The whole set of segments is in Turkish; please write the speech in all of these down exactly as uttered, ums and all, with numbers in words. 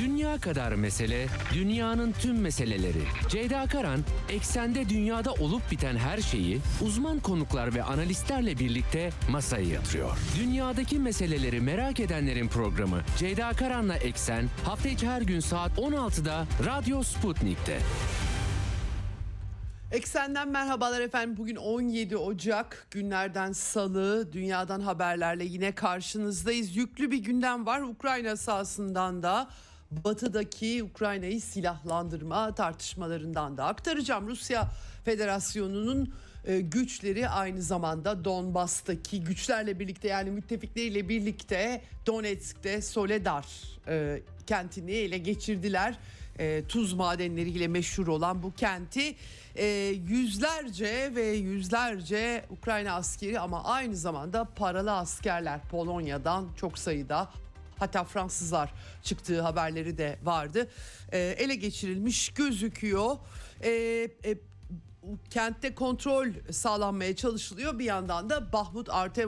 Dünya kadar mesele, dünyanın tüm meseleleri. Ceyda Karan, eksende dünyada olup biten her şeyi uzman konuklar ve analistlerle birlikte masaya yatırıyor. Dünyadaki meseleleri merak edenlerin programı Ceyda Karan'la Eksen, hafta içi her gün saat on altıda Radyo Sputnik'te. Eksen'den merhabalar efendim. Bugün on yedi Ocak, günlerden salı, dünyadan haberlerle yine karşınızdayız. Yüklü bir gündem var. Ukrayna sahasından da, batıdaki Ukrayna'yı silahlandırma tartışmalarından da aktaracağım. Rusya Federasyonu'nun e, güçleri aynı zamanda Donbas'taki güçlerle birlikte, yani müttefikleriyle birlikte Donetsk'te Soledar e, kentini ele geçirdiler. E, tuz madenleriyle meşhur olan bu kenti e, yüzlerce ve yüzlerce Ukrayna askeri, ama aynı zamanda paralı askerler Polonya'dan çok sayıda, hatta Fransızlar çıktığı haberleri de vardı, e, ele geçirilmiş gözüküyor. E, e, Kentte kontrol sağlanmaya çalışılıyor. Bir yandan da Bahmut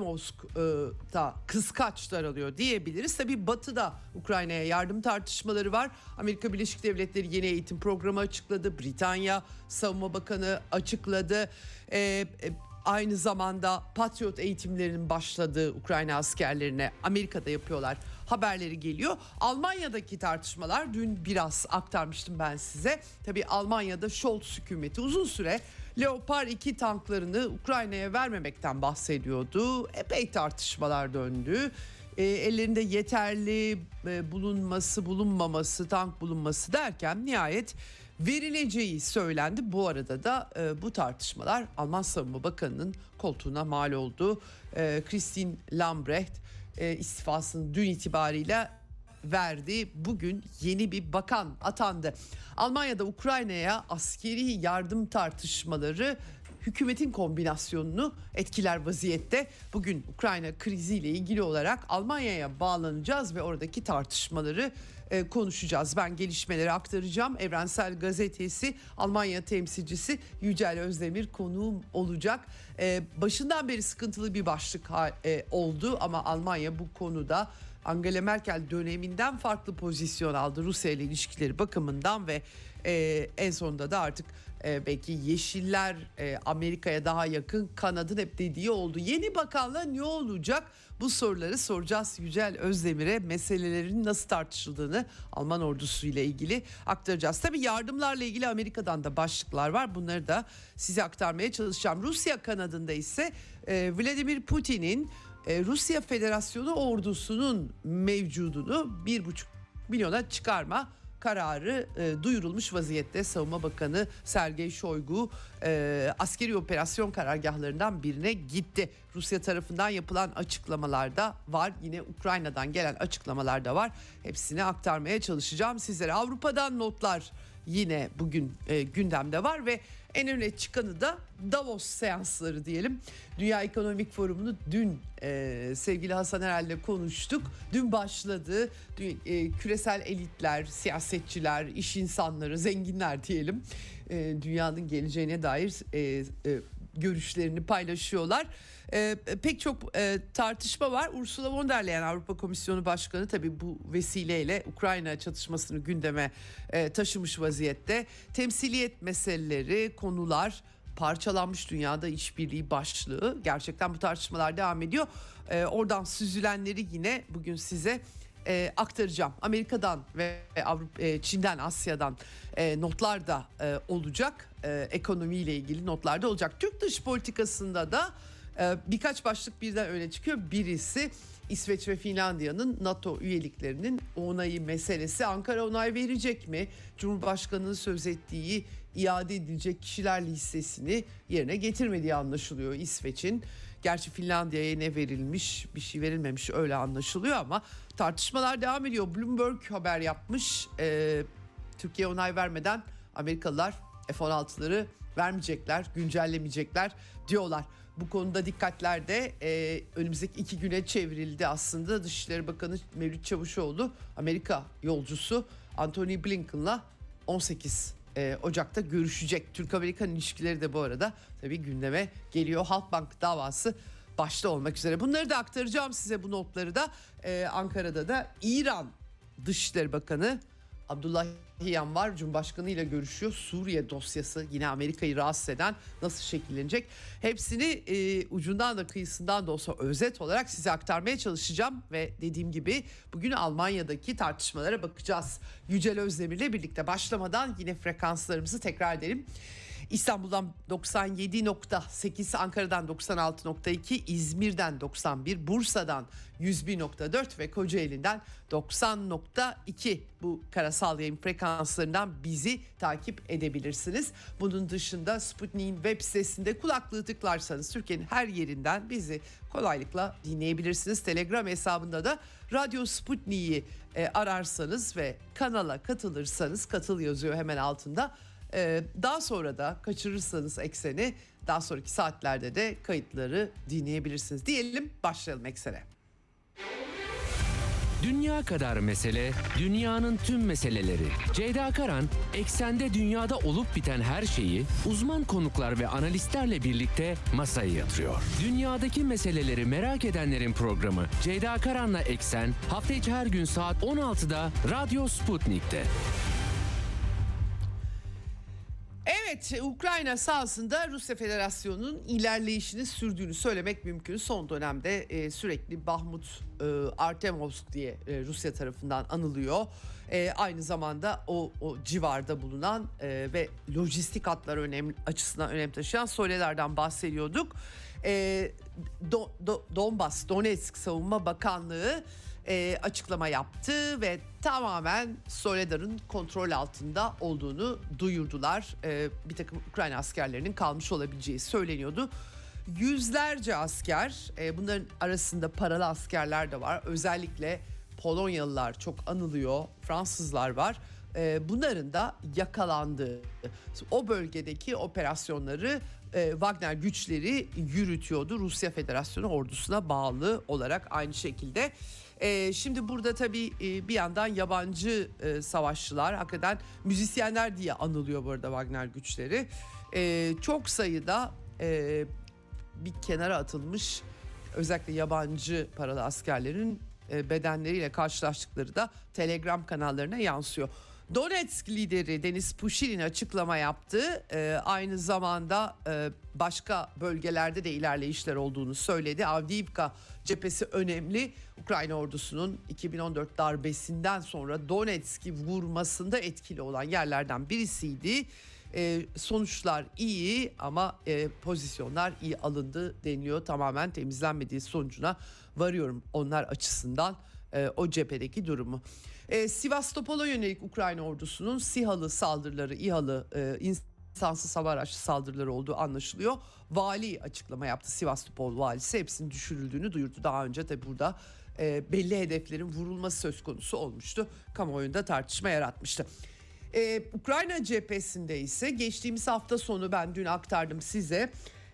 Artemovsk'ta kıskaç daralıyor diyebiliriz. Tabii batıda Ukrayna'ya yardım tartışmaları var. Amerika Birleşik Devletleri yeni eğitim programı açıkladı. Britanya Savunma Bakanı açıkladı. Ee, e, aynı zamanda Patriot eğitimlerinin başladığı Ukrayna askerlerine Amerika'da yapıyorlar haberleri geliyor. Almanya'daki tartışmalar dün biraz aktarmıştım ben size. Tabii Almanya'da Scholz hükümeti uzun süre Leopard iki tanklarını Ukrayna'ya vermemekten bahsediyordu. Epey tartışmalar döndü. E, ellerinde yeterli e, bulunması bulunmaması, tank bulunması derken nihayet verileceği söylendi. Bu arada da e, bu tartışmalar Alman Savunma Bakanı'nın koltuğuna mal oldu. E, Christine Lambrecht e, istifasını dün itibariyle verdi. Bugün yeni bir bakan atandı. Almanya'da Ukrayna'ya askeri yardım tartışmaları hükümetin kombinasyonunu etkiler vaziyette. Bugün Ukrayna kriziyle ilgili olarak Almanya'ya bağlanacağız ve oradaki tartışmaları e, konuşacağız. Ben gelişmeleri aktaracağım. Evrensel Gazetesi Almanya temsilcisi Yücel Özdemir konuğum olacak. E, başından beri sıkıntılı bir başlık ha, e, oldu ama Almanya bu konuda Angela Merkel döneminden farklı pozisyon aldı Rusya ile ilişkileri bakımından ve e, en sonunda da artık e, belki Yeşiller e, Amerika'ya daha yakın, kanadın hep dediği oldu. Yeni bakanla ne olacak? Bu soruları soracağız Yücel Özdemir'e. Meselelerin nasıl tartışıldığını Alman ordusu ile ilgili aktaracağız. Tabii yardımlarla ilgili Amerika'dan da başlıklar var. Bunları da size aktarmaya çalışacağım. Rusya kanadında ise e, Vladimir Putin'in e, Rusya Federasyonu ordusunun mevcudunu bir buçuk milyona çıkarma kararı e, duyurulmuş vaziyette. Savunma Bakanı Sergey Shoigu e, askeri operasyon karargahlarından birine gitti. Rusya tarafından yapılan açıklamalar da var. Yine Ukrayna'dan gelen açıklamalar da var. Hepsini aktarmaya çalışacağım sizlere. Avrupa'dan notlar yine bugün e, gündemde var ve en öne çıkanı da Davos seansları diyelim. Dünya Ekonomik Forumu'nu dün e, sevgili Hasan Erel'le konuştuk. Dün başladı. Dün, e, küresel elitler, siyasetçiler, iş insanları, zenginler diyelim, e, dünyanın geleceğine dair e, e, görüşlerini paylaşıyorlar. E, pek çok e, tartışma var. Ursula von der Leyen Avrupa Komisyonu Başkanı tabii bu vesileyle Ukrayna çatışmasını gündeme e, taşımış vaziyette. Temsiliyet meseleleri, konular, parçalanmış dünyada işbirliği başlığı, gerçekten bu tartışmalar devam ediyor. E, oradan süzülenleri yine bugün size e, aktaracağım. Amerika'dan ve Avrupa, e, Çin'den, Asya'dan e, notlar da e, olacak. E, ekonomiyle ilgili notlar da olacak. Türk dış politikasında da e, birkaç başlık birden öne çıkıyor. Birisi İsveç ve Finlandiya'nın NATO üyeliklerinin onayı meselesi. Ankara onay verecek mi? Cumhurbaşkanı'nın söz ettiği iade edilecek kişiler listesini yerine getirmediği anlaşılıyor İsveç'in. Gerçi Finlandiya'ya ne verilmiş, bir şey verilmemiş öyle anlaşılıyor ama tartışmalar devam ediyor. Bloomberg haber yapmış. Ee, Türkiye onay vermeden Amerikalılar F on altıları vermeyecekler, güncellemeyecekler diyorlar. Bu konuda dikkatler de e, önümüzdeki iki güne çevrildi aslında. Dışişleri Bakanı Mevlüt Çavuşoğlu Amerika yolcusu Antony Blinken'la on sekiz Ocak'ta görüşecek. Türk-Amerikan ilişkileri de bu arada tabii gündeme geliyor. Halkbank davası başta olmak üzere. Bunları da aktaracağım size, bu notları da. Ee, Ankara'da da İran Dışişleri Bakanı Abdullahian var, Cumhurbaşkanı ile görüşüyor. Suriye dosyası yine Amerika'yı rahatsız eden nasıl şekillenecek? Hepsini e, ucundan da kıyısından da olsa özet olarak size aktarmaya çalışacağım. Ve dediğim gibi bugün Almanya'daki tartışmalara bakacağız. Yücel Özdemir'le birlikte başlamadan yine frekanslarımızı tekrar edelim. İstanbul'dan doksan yedi nokta sekiz, Ankara'dan doksan altı nokta iki, İzmir'den doksan bir, Bursa'dan yüz bir nokta dört ve Kocaeli'nden doksan nokta iki bu karasal yayın frekanslarından bizi takip edebilirsiniz. Bunun dışında Sputnik'in web sitesinde kulaklığı tıklarsanız Türkiye'nin her yerinden bizi kolaylıkla dinleyebilirsiniz. Telegram hesabında da Radyo Sputnik'i e, ararsanız ve kanala katılırsanız, katıl yazıyor hemen altında. Daha sonra da kaçırırsanız Eksen'i daha sonraki saatlerde de kayıtları dinleyebilirsiniz. Diyelim, başlayalım Eksen'e. Dünya kadar mesele, dünyanın tüm meseleleri. Ceyda Karan, Eksen'de dünyada olup biten her şeyi uzman konuklar ve analistlerle birlikte masaya yatırıyor. Dünyadaki meseleleri merak edenlerin programı Ceyda Karan'la Eksen, hafta içi her gün saat on altıda Radyo Sputnik'te. Evet, Ukrayna sahasında Rusya Federasyonu'nun ilerleyişini sürdüğünü söylemek mümkün. Son dönemde e, sürekli Bahmut, e, Artemovsk diye e, Rusya tarafından anılıyor. E, aynı zamanda o, o civarda bulunan e, ve lojistik hatlar önem, açısından önem taşıyan Soledar'dan bahsediyorduk. E, Do, Do, Donbas, Donetsk Savunma Bakanlığı E, açıklama yaptı ve tamamen Soledar'ın kontrol altında olduğunu duyurdular. E, bir takım Ukrayna askerlerinin kalmış olabileceği söyleniyordu. Yüzlerce asker, e, bunların arasında paralı askerler de var. Özellikle Polonyalılar çok anılıyor, Fransızlar var. E, bunların da yakalandığı, o bölgedeki operasyonları e, Wagner güçleri yürütüyordu. Rusya Federasyonu ordusuna bağlı olarak aynı şekilde. Ee, şimdi burada tabii e, bir yandan yabancı e, savaşçılar, hakikaten müzisyenler diye anılıyor bu arada Wagner güçleri. Ee, çok sayıda e, bir kenara atılmış özellikle yabancı paralı askerlerin e, bedenleriyle karşılaştıkları da Telegram kanallarına yansıyor. Donetsk lideri Deniz Pushilin açıklama yaptı. Ee, aynı zamanda e, başka bölgelerde de ilerleyişler olduğunu söyledi. Avdiivka cephesi önemli. Ukrayna ordusunun iki bin on dört darbesinden sonra Donetsk'i vurmasında etkili olan yerlerden birisiydi. Ee, sonuçlar iyi ama e, pozisyonlar iyi alındı deniyor. Tamamen temizlenmediği sonucuna varıyorum onlar açısından e, o cephedeki durumu. Ee, Sivastopol'a yönelik Ukrayna ordusunun SİHA'lı saldırıları, İHA'lı e, insansız hava araçlı saldırıları olduğu anlaşılıyor. Vali açıklama yaptı, Sivastopol valisi hepsinin düşürüldüğünü duyurdu. Daha önce tabi burada e, belli hedeflerin vurulması söz konusu olmuştu. Kamuoyunda tartışma yaratmıştı. Ee, Ukrayna cephesinde ise geçtiğimiz hafta sonu ben dün aktardım size.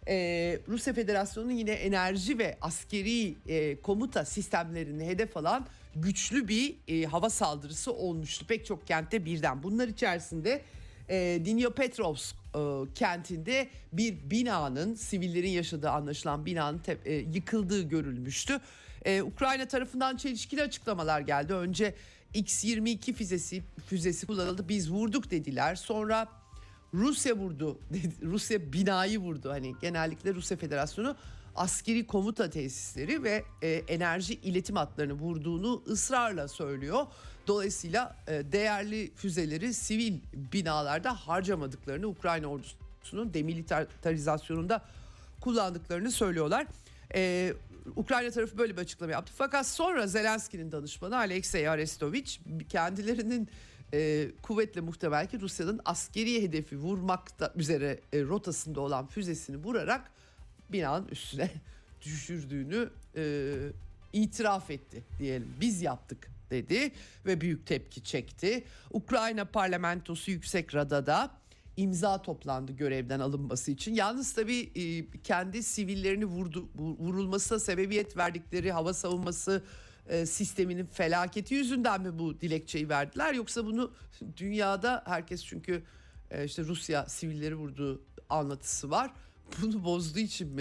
Ee, Rusya Federasyonu'nun yine enerji ve askeri e, komuta sistemlerini hedef alan güçlü bir e, hava saldırısı olmuştu. Pek çok kentte birden. Bunlar içerisinde e, Dnipropetrovsk e, kentinde bir binanın, sivillerin yaşadığı anlaşılan binanın te, e, yıkıldığı görülmüştü. E, Ukrayna tarafından çelişkili açıklamalar geldi. Önce X yirmi iki füzesi, füzesi kullanıldı, biz vurduk dediler. Sonra Rusya vurdu, dedi. Rusya binayı vurdu. Hani genellikle Rusya Federasyonu askeri komuta tesisleri ve e, enerji iletim hatlarını vurduğunu ısrarla söylüyor. Dolayısıyla e, değerli füzeleri sivil binalarda harcamadıklarını, Ukrayna ordusunun demilitarizasyonunda kullandıklarını söylüyorlar. E, Ukrayna tarafı böyle bir açıklama yaptı. Fakat sonra Zelenski'nin danışmanı Alexey Arestovich kendilerinin e, kuvvetle muhtemel ki Rusya'nın askeri hedefi vurmakta üzere e, rotasında olan füzesini vurarak binanın üstüne düşürdüğünü e, itiraf etti diyelim. Biz yaptık dedi ve büyük tepki çekti. Ukrayna Parlamentosu Yüksek Rada'da imza toplandı görevden alınması için. Yalnız tabii e, kendi sivillerini vurdu, vurulmasına sebebiyet verdikleri hava savunması e, sisteminin felaketi yüzünden mi bu dilekçeyi verdiler? Yoksa bunu dünyada herkes, çünkü e, işte Rusya sivilleri vurduğu anlatısı var, bunu bozduğu için mi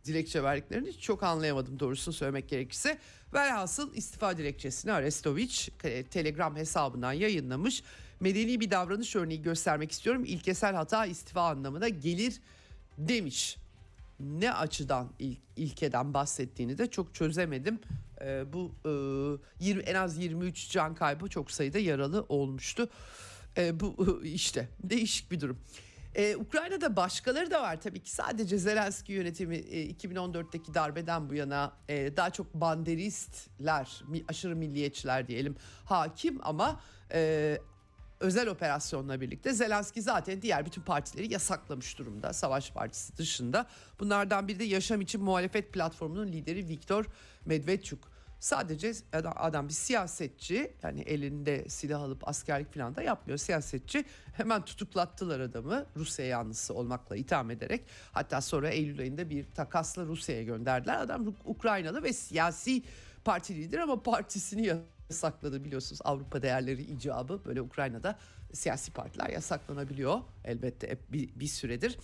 dilekçe verdiklerini hiç çok anlayamadım doğrusunu söylemek gerekirse. Velhasıl istifa dilekçesini Arestoviç Telegram hesabından yayınlamış. Medeni bir davranış örneği göstermek istiyorum. İlkesel hata istifa anlamına gelir demiş. Ne açıdan il, ilkeden bahsettiğini de çok çözemedim. Ee, bu e, yirmi, en az yirmi üç can kaybı, çok sayıda yaralı olmuştu. Ee, bu işte değişik bir durum. Ee, Ukrayna'da başkaları da var tabii ki, sadece Zelenski yönetimi e, iki bin on dörtteki darbeden bu yana e, daha çok banderistler, mi, aşırı milliyetçiler diyelim hakim ama e, özel operasyonla birlikte Zelenski zaten diğer bütün partileri yasaklamış durumda, Savaş Partisi dışında. Bunlardan biri de Yaşam İçin Muhalefet Platformu'nun lideri Viktor Medvedchuk. Sadece adam, adam bir siyasetçi, yani elinde silah alıp askerlik falan da yapmıyor, siyasetçi. Hemen tutuklattılar adamı, Rusya yanlısı olmakla itham ederek. Hatta sonra Eylül ayında bir takasla Rusya'ya gönderdiler. Adam Ukraynalı ve siyasi parti lideri ama partisini yasakladı, biliyorsunuz Avrupa değerleri icabı böyle Ukrayna'da siyasi partiler yasaklanabiliyor elbette bir, bir süredir.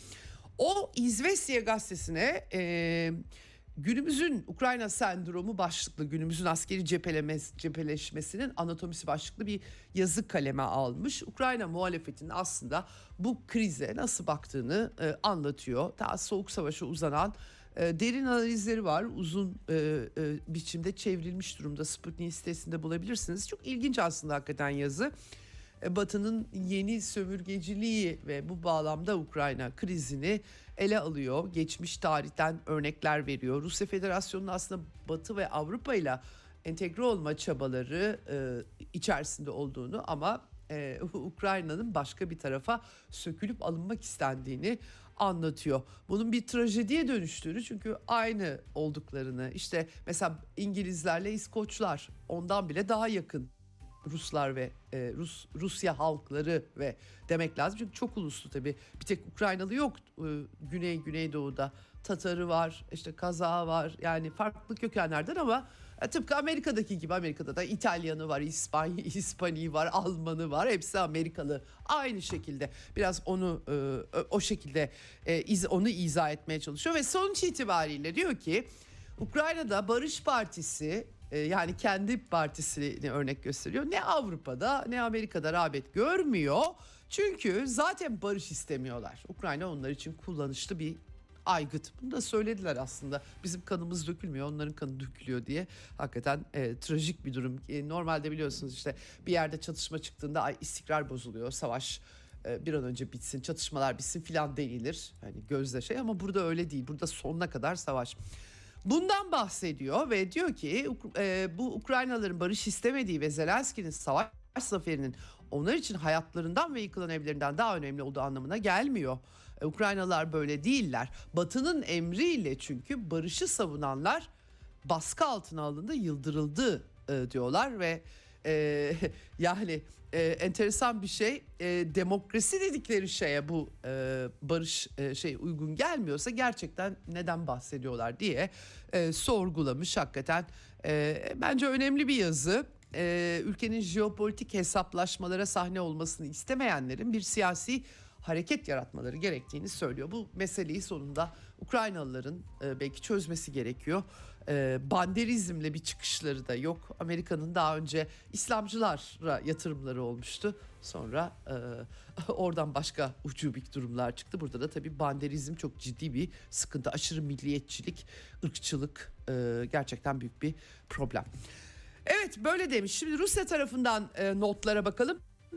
O İzvestiya gazetesine e, günümüzün Ukrayna sendromu başlıklı, günümüzün askeri cepheleşmesinin anatomisi başlıklı bir yazı kaleme almış. Ukrayna muhalefetinin aslında bu krize nasıl baktığını e, anlatıyor. Daha Soğuk Savaş'a uzanan e, derin analizleri var. Uzun e, e, biçimde çevrilmiş durumda. Sputnik'in sitesinde bulabilirsiniz. Çok ilginç aslında hakikaten yazı. Batı'nın yeni sömürgeciliği ve bu bağlamda Ukrayna krizini ele alıyor. Geçmiş tarihten örnekler veriyor. Rusya Federasyonu'nun aslında Batı ve Avrupa ile entegre olma çabaları e, içerisinde olduğunu ama e, Ukrayna'nın başka bir tarafa sökülüp alınmak istendiğini anlatıyor. Bunun bir trajediye dönüştüğünü, çünkü aynı olduklarını, işte mesela İngilizlerle İskoçlar ondan bile daha yakın. Ruslar ve e, Rus Rusya halkları ve demek lazım. Çünkü çok uluslu tabii. Bir tek Ukraynalı yok. E, Güney Güneydoğu'da Tatarı var, işte Kazağı var. Yani farklı kökenlerden ama e, tıpkı Amerika'daki gibi, Amerika'da da İtalyanı var, İspany İspanyı var, Almanı var. Hepsi Amerikalı. Aynı şekilde biraz onu e, o şekilde e, iz, onu izah etmeye çalışıyor ve sonuç itibariyle diyor ki Ukrayna'da Barış Partisi, yani kendi partisini örnek gösteriyor, ne Avrupa'da ne Amerika'da rağbet görmüyor. Çünkü zaten barış istemiyorlar. Ukrayna onlar için kullanışlı bir aygıt. Bunu da söylediler aslında. Bizim kanımız dökülmüyor, onların kanı dökülüyor diye. Hakikaten e, trajik bir durum. E, normalde biliyorsunuz işte bir yerde çatışma çıktığında ay, istikrar bozuluyor, savaş e, bir an önce bitsin, çatışmalar bitsin filan denilir. Yani gözle şey, ama burada öyle değil. Burada sonuna kadar savaş. Bundan bahsediyor ve diyor ki e, bu Ukraynalıların barış istemediği ve Zelenski'nin savaş zaferinin onlar için hayatlarından ve yıkılan evlerinden daha önemli olduğu anlamına gelmiyor. E, Ukraynalılar böyle değiller. Batı'nın emriyle çünkü barışı savunanlar baskı altına alındı, yıldırıldı e, diyorlar ve e, yani e, enteresan bir şey, e, demokrasi dedikleri şeye bu e, barış e, şey uygun gelmiyorsa gerçekten neden bahsediyorlar diye e, sorgulamış hakikaten. E, bence önemli bir yazı. E, ülkenin jeopolitik hesaplaşmalara sahne olmasını istemeyenlerin bir siyasi hareket yaratmaları gerektiğini söylüyor. Bu meseleyi sonunda Ukraynalıların e, belki çözmesi gerekiyor. E, banderizmle bir çıkışları da yok. Amerika'nın daha önce İslamcılara yatırımları olmuştu. Sonra e, oradan başka ucubik durumlar çıktı. Burada da tabii banderizm çok ciddi bir sıkıntı. Aşırı milliyetçilik, ırkçılık e, gerçekten büyük bir problem. Evet, böyle demiş. Şimdi Rusya tarafından e, notlara bakalım.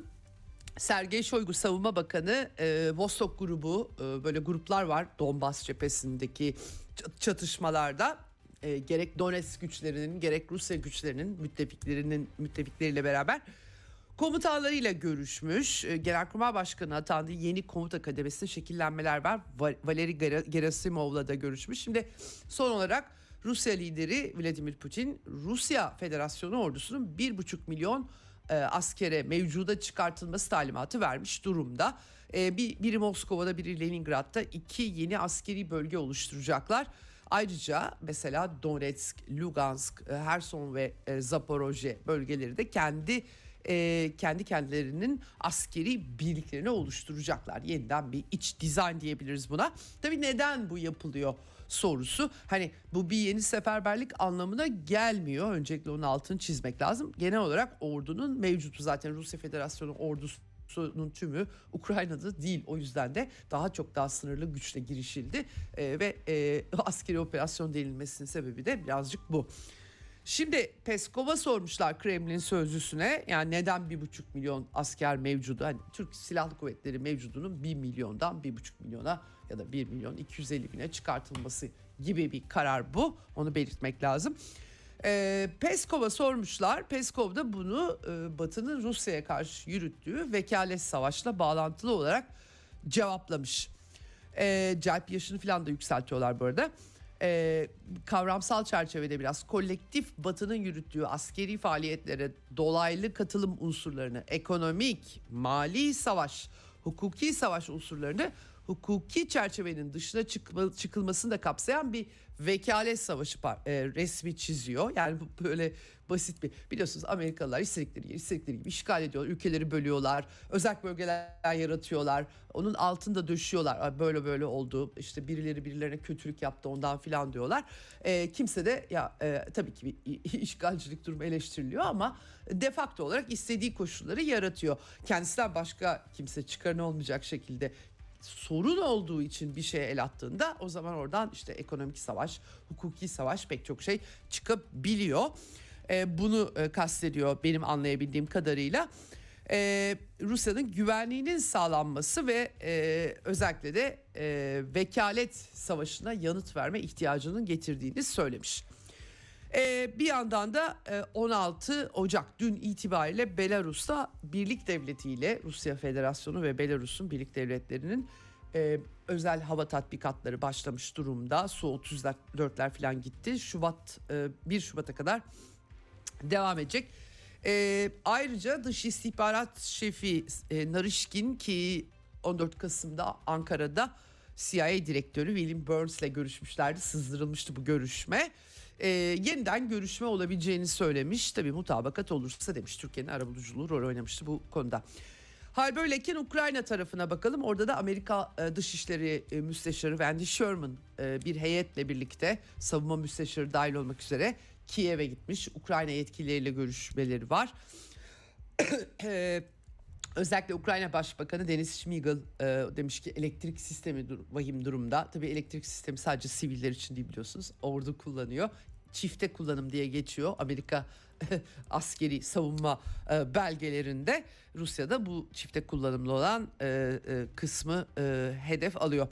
Sergey Shoigu Savunma Bakanı, e, Vostok grubu, e, böyle gruplar var Donbas cephesindeki çatışmalarda. E, gerek Donetsk güçlerinin gerek Rusya güçlerinin müttefiklerinin müttefikleriyle beraber komutanlarıyla görüşmüş. E, Genelkurmay Başkanı atandığı yeni komuta kademesinde şekillenmeler var. Valeri Gerasimov'la da görüşmüş. Şimdi son olarak Rusya lideri Vladimir Putin, Rusya Federasyonu ordusunun bir buçuk milyon e, askere mevcuda çıkartılması talimatı vermiş durumda. E, bir, biri Moskova'da, biri Leningrad'da iki yeni askeri bölge oluşturacaklar. Ayrıca mesela Donetsk, Lugansk, Herson ve Zaporojye bölgeleri de kendi e, kendi kendilerinin askeri birliklerini oluşturacaklar. Yeniden bir iç dizayn diyebiliriz buna. Tabii neden bu yapılıyor? sorusu. Hani bu bir yeni seferberlik anlamına gelmiyor. Öncelikle onun altını çizmek lazım. Genel olarak ordunun mevcutu, zaten Rusya Federasyonu ordusunun tümü Ukrayna'da değil. O yüzden de daha çok daha sınırlı güçle girişildi. Ee, ve e, askeri operasyon denilmesinin sebebi de birazcık bu. Şimdi Peskov'a sormuşlar, Kremlin sözcüsüne, yani neden bir buçuk milyon asker mevcudu? Hani Türk Silahlı Kuvvetleri mevcudunun bir milyondan bir buçuk milyona ya da bir milyon iki yüz elli bine çıkartılması gibi bir karar bu. Onu belirtmek lazım. Ee, Peskov'a sormuşlar. Peskov da bunu e, Batı'nın Rusya'ya karşı yürüttüğü vekalet savaşla bağlantılı olarak cevaplamış. Ee, celp yaşını falan da yükseltiyorlar bu arada. Ee, kavramsal çerçevede biraz kolektif Batı'nın yürüttüğü askeri faaliyetlere dolaylı katılım unsurlarını, ekonomik, mali savaş, hukuki savaş unsurlarını hukuki çerçevenin dışına çıkma, çıkılmasını da kapsayan bir vekalet savaşı e, resmi çiziyor. Yani bu böyle basit bir, biliyorsunuz Amerikalılar istedikleri yeri istedikleri gibi işgal ediyorlar. Ülkeleri bölüyorlar. Özel bölgeler yaratıyorlar. Onun altında döşüyorlar. Böyle böyle oldu. İşte birileri birilerine kötülük yaptı ondan filan diyorlar. E, kimse de ya e, tabii ki bir işgalcilik durumu eleştiriliyor ama de facto olarak istediği koşulları yaratıyor. Kendisinden başka kimse çıkarını olmayacak şekilde sorun olduğu için bir şeye el attığında o zaman oradan işte ekonomik savaş, hukuki savaş, pek çok şey çıkabiliyor. Ee, bunu e, kastediyor benim anlayabildiğim kadarıyla. Ee, Rusya'nın güvenliğinin sağlanması ve e, özellikle de e, vekalet savaşına yanıt verme ihtiyacının getirdiğini söylemiş. Ee, bir yandan da e, on altı Ocak dün itibariyle Belarus'ta birlik devletiyle Rusya Federasyonu ve Belarus'un birlik devletlerinin e, özel hava tatbikatları başlamış durumda. Su otuz dörtler falan gitti. Şubat e, bir Şubat'a kadar devam edecek. E, ayrıca Dış İstihbarat Şefi e, Narishkin ki on dört Kasım'da Ankara'da C I A Direktörü William Burns'le görüşmüşlerdi. Sızdırılmıştı bu görüşme. Ee, yeniden görüşme olabileceğini söylemiş. Tabii mutabakat olursa demiş, Türkiye'nin arabuluculuğu rol oynamıştı bu konuda. Hal böyleyken Ukrayna tarafına bakalım. Orada da Amerika e, Dışişleri e, Müsteşarı Wendy Sherman e, bir heyetle birlikte, savunma müsteşarı dahil olmak üzere Kiev'e gitmiş. Ukrayna yetkilileriyle görüşmeleri var. e, Özellikle Ukrayna Başbakanı Denis Şmigel e, demiş ki elektrik sistemi dur- vahim durumda. Tabii elektrik sistemi sadece siviller için değil, biliyorsunuz. Ordu kullanıyor. Çifte kullanım diye geçiyor Amerika askeri savunma e, belgelerinde. Rusya'da bu çifte kullanımlı olan e, e, kısmı e, hedef alıyor.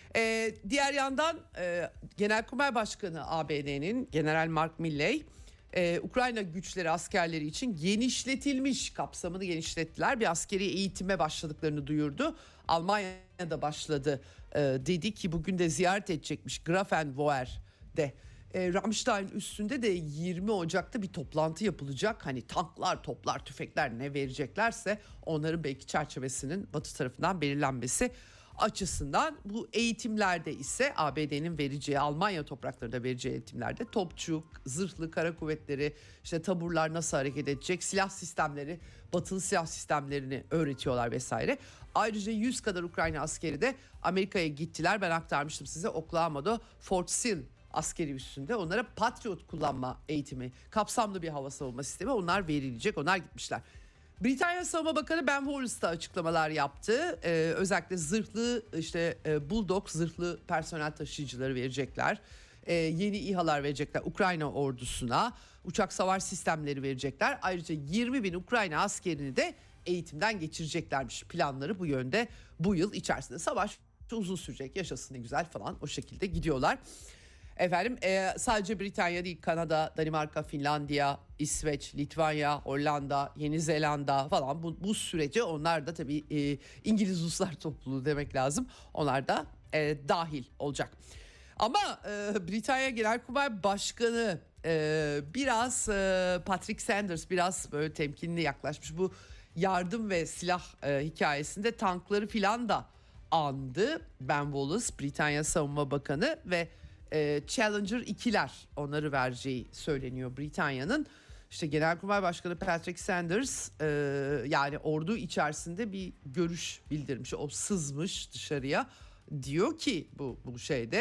E, diğer yandan e, Genelkurmay Başkanı A B D'nin General Mark Milley, Ee, Ukrayna güçleri askerleri için genişletilmiş, kapsamını genişlettiler. Bir askeri eğitime başladıklarını duyurdu. Almanya'da başladı ee, dedi ki bugün de ziyaret edecekmiş Grafenwoer'de. Ee, Ramstein üstünde de yirmi Ocak'ta bir toplantı yapılacak. Hani tanklar, toplar, tüfekler ne vereceklerse onların belki çerçevesinin Batı tarafından belirlenmesi açısından, bu eğitimlerde ise A B D'nin vereceği, Almanya topraklarında vereceği eğitimlerde topçu, zırhlı, kara kuvvetleri, işte taburlar nasıl hareket edecek, silah sistemleri, batılı silah sistemlerini öğretiyorlar vesaire. Ayrıca yüz kadar Ukrayna askeri de Amerika'ya gittiler. Ben aktarmıştım size, Oklahoma'da Fort Sill askeri üssünde onlara Patriot kullanma eğitimi, kapsamlı bir hava savunma sistemi, onlar verilecek, onlar gitmişler. Britanya Savunma Bakanı Ben Wallace da açıklamalar yaptı. Ee, özellikle zırhlı işte e, Bulldog zırhlı personel taşıyıcıları verecekler. Ee, yeni İHA'lar verecekler Ukrayna ordusuna. Uçak savar sistemleri verecekler. Ayrıca yirmi bin Ukrayna askerini de eğitimden geçireceklermiş. Planları bu yönde, bu yıl içerisinde. Savaş uzun sürecek, yaşasın ne güzel falan, o şekilde gidiyorlar. Efendim e, sadece Britanya değil, Kanada, Danimarka, Finlandiya, İsveç, Litvanya, Hollanda, Yeni Zelanda falan bu, bu sürece onlar da tabii e, İngiliz Ruslar topluluğu demek lazım. Onlar da e, dahil olacak. Ama e, Britanya Genelkurmay Başkanı e, biraz e, Patrick Sanders biraz böyle temkinli yaklaşmış. Bu yardım ve silah e, hikayesinde tankları filan da andı Ben Wallace, Britanya Savunma Bakanı ve e, Challenger ikiler onları vereceği söyleniyor Britanya'nın. İşte Genelkurmay Başkanı Patrick Sanders e, yani ordu içerisinde bir görüş bildirmiş. O sızmış dışarıya, diyor ki bu, bu şeyde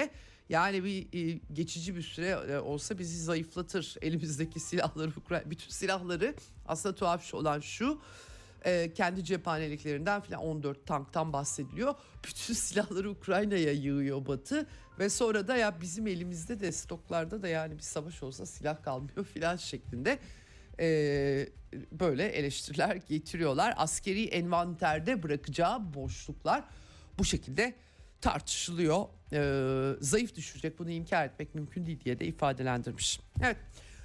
Yani bir e, geçici bir süre e, olsa bizi zayıflatır. Elimizdeki silahları, Ukra- bütün silahları, aslında tuhaf olan şu, e, kendi cephaneliklerinden filan on dört tanktan bahsediliyor. Bütün silahları Ukrayna'ya yığıyor Batı ve sonra da ya bizim elimizde de stoklarda da yani bir savaş olsa silah kalmıyor filan şeklinde e, böyle eleştiriler getiriyorlar. Askeri envanterde bırakacağı boşluklar bu şekilde tartışılıyor. Ee, zayıf düşecek, bunu inkar etmek mümkün değil diye de ifadelendirmiş. Evet.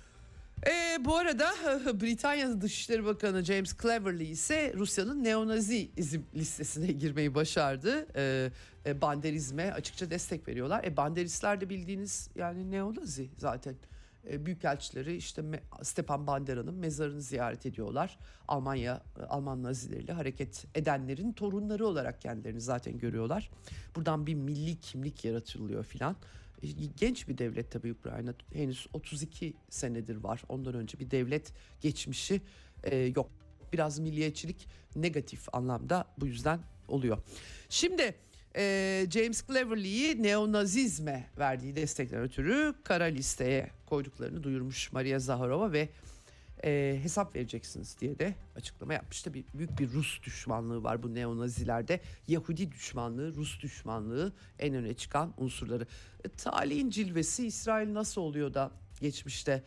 Ee, bu arada Britanya Dışişleri Bakanı James Cleverly ise Rusya'nın neonazizm listesine girmeyi başardı. Ee, e, banderizme açıkça destek veriyorlar. E, banderistler de bildiğiniz yani neonazi zaten. E, büyükelçileri işte Stepan Bandera'nın mezarını ziyaret ediyorlar. Almanya, Alman nazileriyle hareket edenlerin torunları olarak kendilerini zaten görüyorlar. Buradan bir milli kimlik yaratılıyor filan. E, genç bir devlet tabii Ukrayna. Henüz otuz iki senedir var. Ondan önce bir devlet geçmişi e, yok. Biraz milliyetçilik negatif anlamda bu yüzden oluyor. Şimdi Ee, James Cleverly'yi neonazizme verdiği destekten ötürü kara listeye koyduklarını duyurmuş Maria Zaharova ve e, hesap vereceksiniz diye de açıklama yapmış. Tabii büyük bir Rus düşmanlığı var bu neonazilerde. Yahudi düşmanlığı, Rus düşmanlığı en öne çıkan unsurları. E, talihin cilvesi, İsrail nasıl oluyor da geçmişte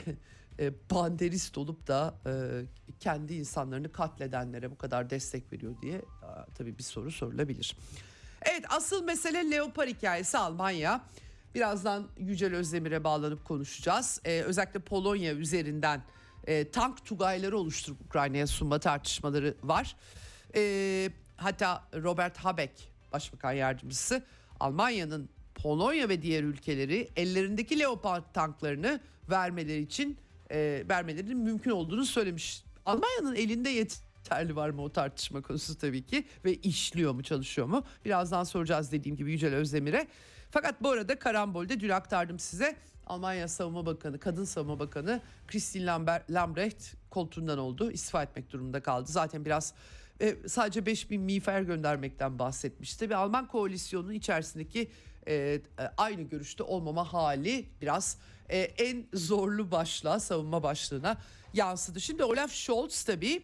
e, banderist olup da e, kendi insanlarını katledenlere bu kadar destek veriyor diye a, tabii bir soru sorulabilir. Evet, asıl mesele Leopard hikayesi Almanya. Birazdan Yücel Özdemir'e bağlanıp konuşacağız. Ee, özellikle Polonya üzerinden e, tank tugayları oluşturup Ukrayna'ya sunma tartışmaları var. E, hatta Robert Habeck, Başbakan Yardımcısı, Almanya'nın Polonya ve diğer ülkeleri ellerindeki Leopard tanklarını vermeleri için e, vermelerinin mümkün olduğunu söylemiş. Almanya'nın elinde yeterli var mı o tartışma konusu tabii ki ve işliyor mu, çalışıyor mu? Birazdan soracağız dediğim gibi Yücel Özdemir'e. Fakat bu arada karambolde dün aktardım size. Almanya Savunma Bakanı, Kadın Savunma Bakanı Christine Lambert, Lambrecht koltuğundan oldu. İstifa etmek durumunda kaldı. Zaten biraz e, sadece beş bin miğfer göndermekten bahsetmişti. Ve Alman koalisyonunun içerisindeki e, aynı görüşte olmama hali biraz e, en zorlu başlığa, savunma başlığına yansıdı. Şimdi Olaf Scholz tabii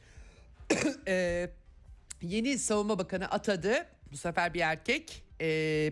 e, yeni savunma bakanı atadı. Bu sefer bir erkek. E,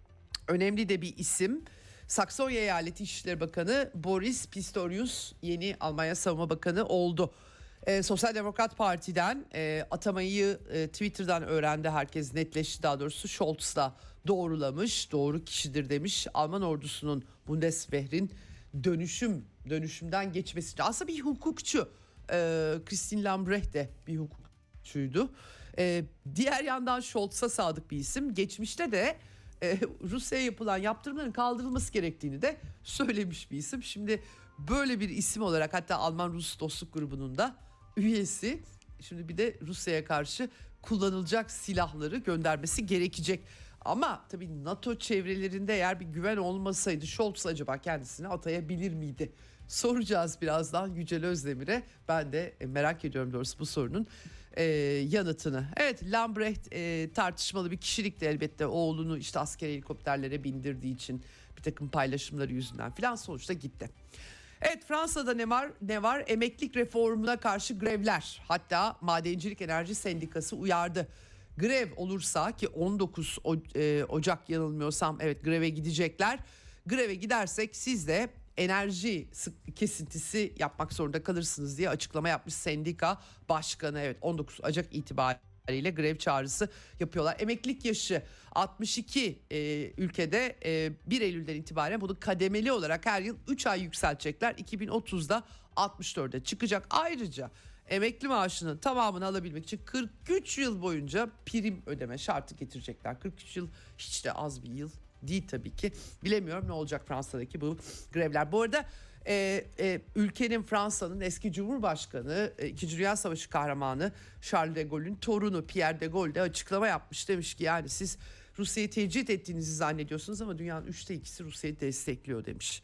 önemli de bir isim. Saksonya Eyaleti İçişleri Bakanı Boris Pistorius yeni Almanya Savunma Bakanı oldu. E, Sosyal Demokrat Parti'den e, atamayı e, Twitter'dan öğrendi herkes, netleşti daha doğrusu. Scholz da doğrulamış, doğru kişidir demiş. Alman ordusunun Bundeswehr'in dönüşüm dönüşümden geçmesi. Aslında bir hukukçu. E, Christine Lambrecht de bir hukukçuydu. E, diğer yandan Scholz'a sadık bir isim. Geçmişte de e, Rusya'ya yapılan yaptırımların kaldırılması gerektiğini de söylemiş bir isim. Şimdi böyle bir isim olarak, hatta Alman-Rus Dostluk Grubu'nun da üyesi. Şimdi bir de Rusya'ya karşı kullanılacak silahları göndermesi gerekecek. Ama tabii NATO çevrelerinde eğer bir güven olmasaydı Scholz acaba kendisini atayabilir miydi? Soracağız birazdan Yücel Özdemir'e. Ben de merak ediyorum doğrusu bu sorunun e, yanıtını. Evet, Lambrecht e, tartışmalı bir kişilikti elbette. Oğlunu işte askeri helikopterlere bindirdiği için bir takım paylaşımları yüzünden filan sonuçta gitti. Evet, Fransa'da ne var? Ne var? Emeklilik reformuna karşı grevler. Hatta Madencilik Enerji Sendikası uyardı. Grev olursa, ki on dokuz Ocak yanılmıyorsam evet greve gidecekler. Greve gidersek siz de enerji kesintisi yapmak zorunda kalırsınız diye açıklama yapmış sendika başkanı. Evet, on dokuz Ocak itibariyle grev çağrısı yapıyorlar. Emeklilik yaşı altmış iki e, ülkede e, bir Eylül'den itibaren bunu kademeli olarak her yıl üç ay yükseltecekler. iki bin otuzda altmış dörde çıkacak. Ayrıca emekli maaşının tamamını alabilmek için kırk üç yıl boyunca prim ödeme şartı getirecekler. kırk üç yıl hiç de az bir yıl değil tabii ki. Bilemiyorum ne olacak Fransa'daki bu grevler. Bu arada e, e, ülkenin, Fransa'nın eski Cumhurbaşkanı, e, İkinci Dünya Savaşı kahramanı Charles de Gaulle'ün torunu Pierre de Gaulle de açıklama yapmış. Demiş ki yani siz Rusya'yı tecrit ettiğinizi zannediyorsunuz ama dünyanın üçte ikisi Rusya'yı destekliyor demiş.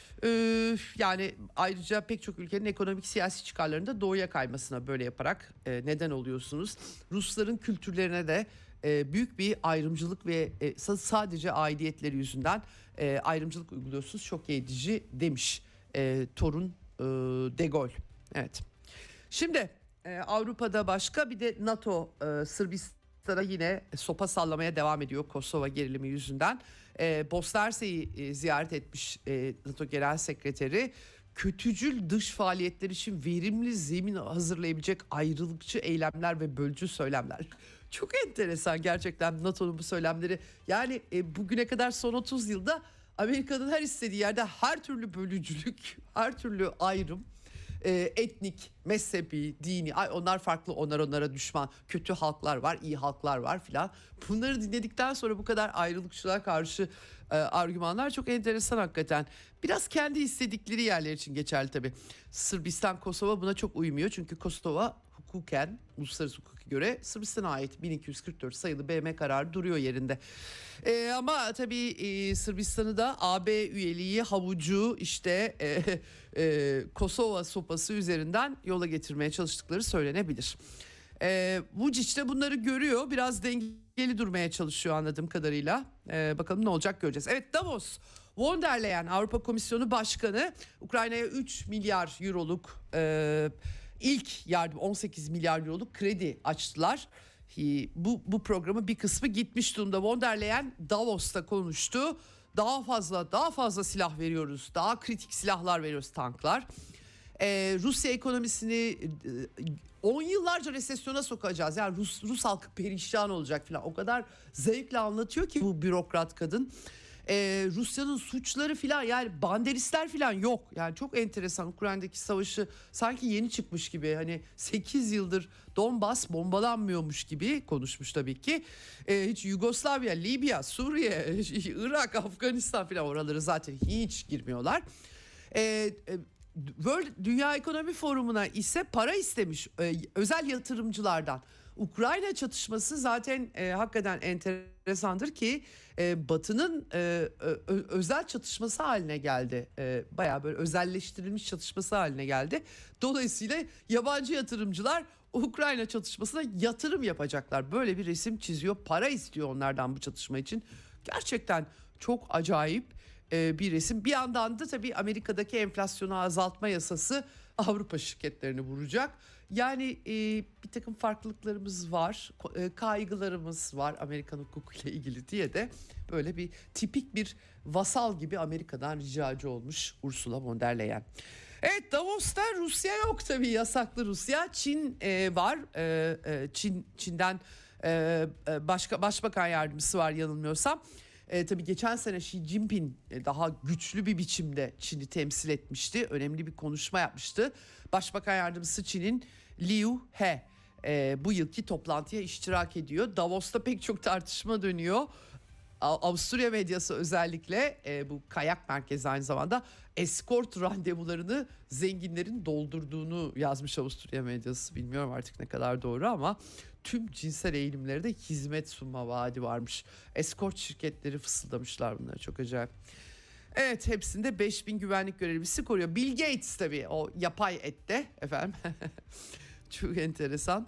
Ee, yani ayrıca pek çok ülkenin ekonomik siyasi çıkarlarında doğuya kaymasına böyle yaparak e, neden oluyorsunuz. Rusların kültürlerine de e, büyük bir ayrımcılık ve e, sadece aidiyetleri yüzünden e, ayrımcılık uyguluyorsunuz, şok edici demiş e, torun e, De Gaulle. Evet. Şimdi e, Avrupa'da başka bir de NATO e, Sırbistan'a yine sopa sallamaya devam ediyor Kosova gerilimi yüzünden. E, Bosna Hersek'i e, ziyaret etmiş e, NATO Genel Sekreteri. Kötücül dış faaliyetler için verimli zemin hazırlayabilecek ayrılıkçı eylemler ve bölücü söylemler. Çok enteresan gerçekten NATO'nun bu söylemleri. Yani e, bugüne kadar son otuz yılda Amerika'nın her istediği yerde her türlü bölücülük, her türlü ayrım, e, etnik, mezhebi, dini, ay onlar farklı, onlar onlara düşman, kötü halklar var, iyi halklar var filan. Bunları dinledikten sonra bu kadar ayrılıkçılığa karşı e, argümanlar çok enteresan hakikaten. Biraz kendi istedikleri yerler için geçerli tabii. Sırbistan, Kosova buna çok uymuyor çünkü Kosova hukuken, uluslararası hukuka göre Sırbistan'a ait bin iki yüz kırk dört sayılı B M kararı duruyor yerinde. Ee, ama tabii e, Sırbistan'ı da A B üyeliği havucu işte e, e, Kosova sopası üzerinden yola getirmeye çalıştıkları söylenebilir. E, Vučić de bunları görüyor, biraz dengeli durmaya çalışıyor anladığım kadarıyla. E, bakalım ne olacak göreceğiz. Evet, Davos. Von der Leyen Avrupa Komisyonu Başkanı Ukrayna'ya üç milyar euroluk e, ilk yardım, on sekiz milyar euroluk kredi açtılar. Bu, bu programın bir kısmı gitmiş durumda. Von der Leyen Davos'ta konuştu. Daha fazla daha fazla silah veriyoruz. Daha kritik silahlar veriyoruz, tanklar. Ee, Rusya ekonomisini on yıllarca resesyona sokacağız. Yani Rus, Rus halkı perişan olacak falan. O kadar zevkle anlatıyor ki bu bürokrat kadın. Ee, Rusya'nın suçları filan, yani banderistler filan yok. Yani çok enteresan, Ukrayna'daki savaşı sanki yeni çıkmış gibi, hani sekiz yıldır Donbas bombalanmıyormuş gibi konuşmuş tabii ki. Ee, hiç Yugoslavya, Libya, Suriye, Irak, Afganistan filan, oraları zaten hiç girmiyorlar. Ee, World Dünya Ekonomi Forumu'na ise para istemiş e, özel yatırımcılardan. Ukrayna çatışması zaten e, hakikaten enteresandır ki e, Batı'nın e, ö, özel çatışması haline geldi. E, bayağı böyle özelleştirilmiş çatışması haline geldi. Dolayısıyla yabancı yatırımcılar Ukrayna çatışmasına yatırım yapacaklar. Böyle bir resim çiziyor. Para istiyor onlardan bu çatışma için. Gerçekten çok acayip e, bir resim. Bir yandan da tabii Amerika'daki enflasyonu azaltma yasası Avrupa şirketlerini vuracak. Yani e, bir takım farklılıklarımız var, e, kaygılarımız var Amerikan hukukuyla ilgili diye de böyle bir tipik bir vasal gibi Amerika'dan ricacı olmuş Ursula von der Leyen. Evet, Davos'ta Rusya yok tabii, yasaklı Rusya. Çin e, var, e, e, Çin Çin'den e, başka başbakan yardımcısı var yanılmıyorsam. E, tabii geçen sene Xi Jinping daha güçlü bir biçimde Çin'i temsil etmişti. Önemli bir konuşma yapmıştı. Başbakan yardımcısı Çin'in Liu He e, bu yılki toplantıya iştirak ediyor. Davos'ta pek çok tartışma dönüyor. Avusturya medyası özellikle e, bu kayak merkezi aynı zamanda eskort randevularını zenginlerin doldurduğunu yazmış Avusturya medyası. Bilmiyorum artık ne kadar doğru ama tüm cinsel eğilimlere de hizmet sunma vaadi varmış. Eskort şirketleri fısıldamışlar bunları, çok acayip. Evet, hepsinde beş bin güvenlik görevlisi koruyor. Bill Gates tabii o yapay ette efendim. Çok enteresan.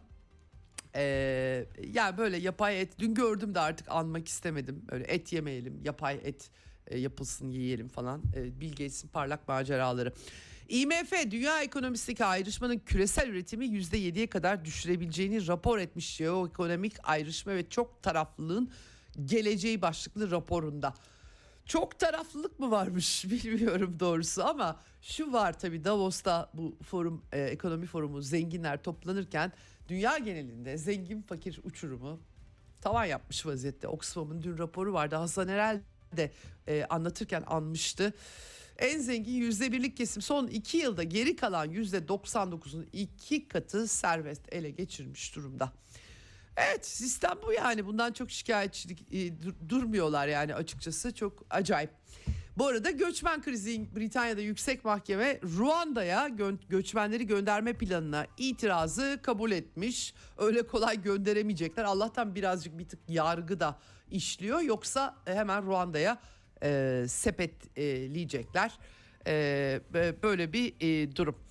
Ee, yani böyle yapay et dün gördüm de artık anmak istemedim. Öyle et yemeyelim, yapay et e, yapılsın yiyelim falan. Ee, Bill Gates'in parlak maceraları. I M F dünya ekonomisindeki ayrışmanın küresel üretimi yüzde yediye kadar düşürebileceğini rapor etmiş. Jeoekonomik ayrışma ve çok taraflılığın geleceği başlıklı raporunda. Çok taraflılık mı varmış bilmiyorum doğrusu, ama şu var tabii, Davos'ta bu forum, e, ekonomi forumu, zenginler toplanırken dünya genelinde zengin fakir uçurumu tavan yapmış vaziyette. Oxfam'ın dün raporu vardı, Hasan Erel de e, anlatırken anmıştı. En zengin yüzde birlik kesim son iki yılda geri kalan yüzde doksan dokuzun iki katı servet ele geçirmiş durumda. Evet, sistem bu yani, bundan çok şikayetçilik e, dur, durmuyorlar yani, açıkçası çok acayip. Bu arada göçmen krizi, Britanya'da yüksek mahkeme Ruanda'ya gö- göçmenleri gönderme planına itirazı kabul etmiş. Öyle kolay gönderemeyecekler. Allah'tan birazcık bir tık yargı da işliyor, yoksa hemen Ruanda'ya e, sepetleyecekler. E, böyle bir e, durum.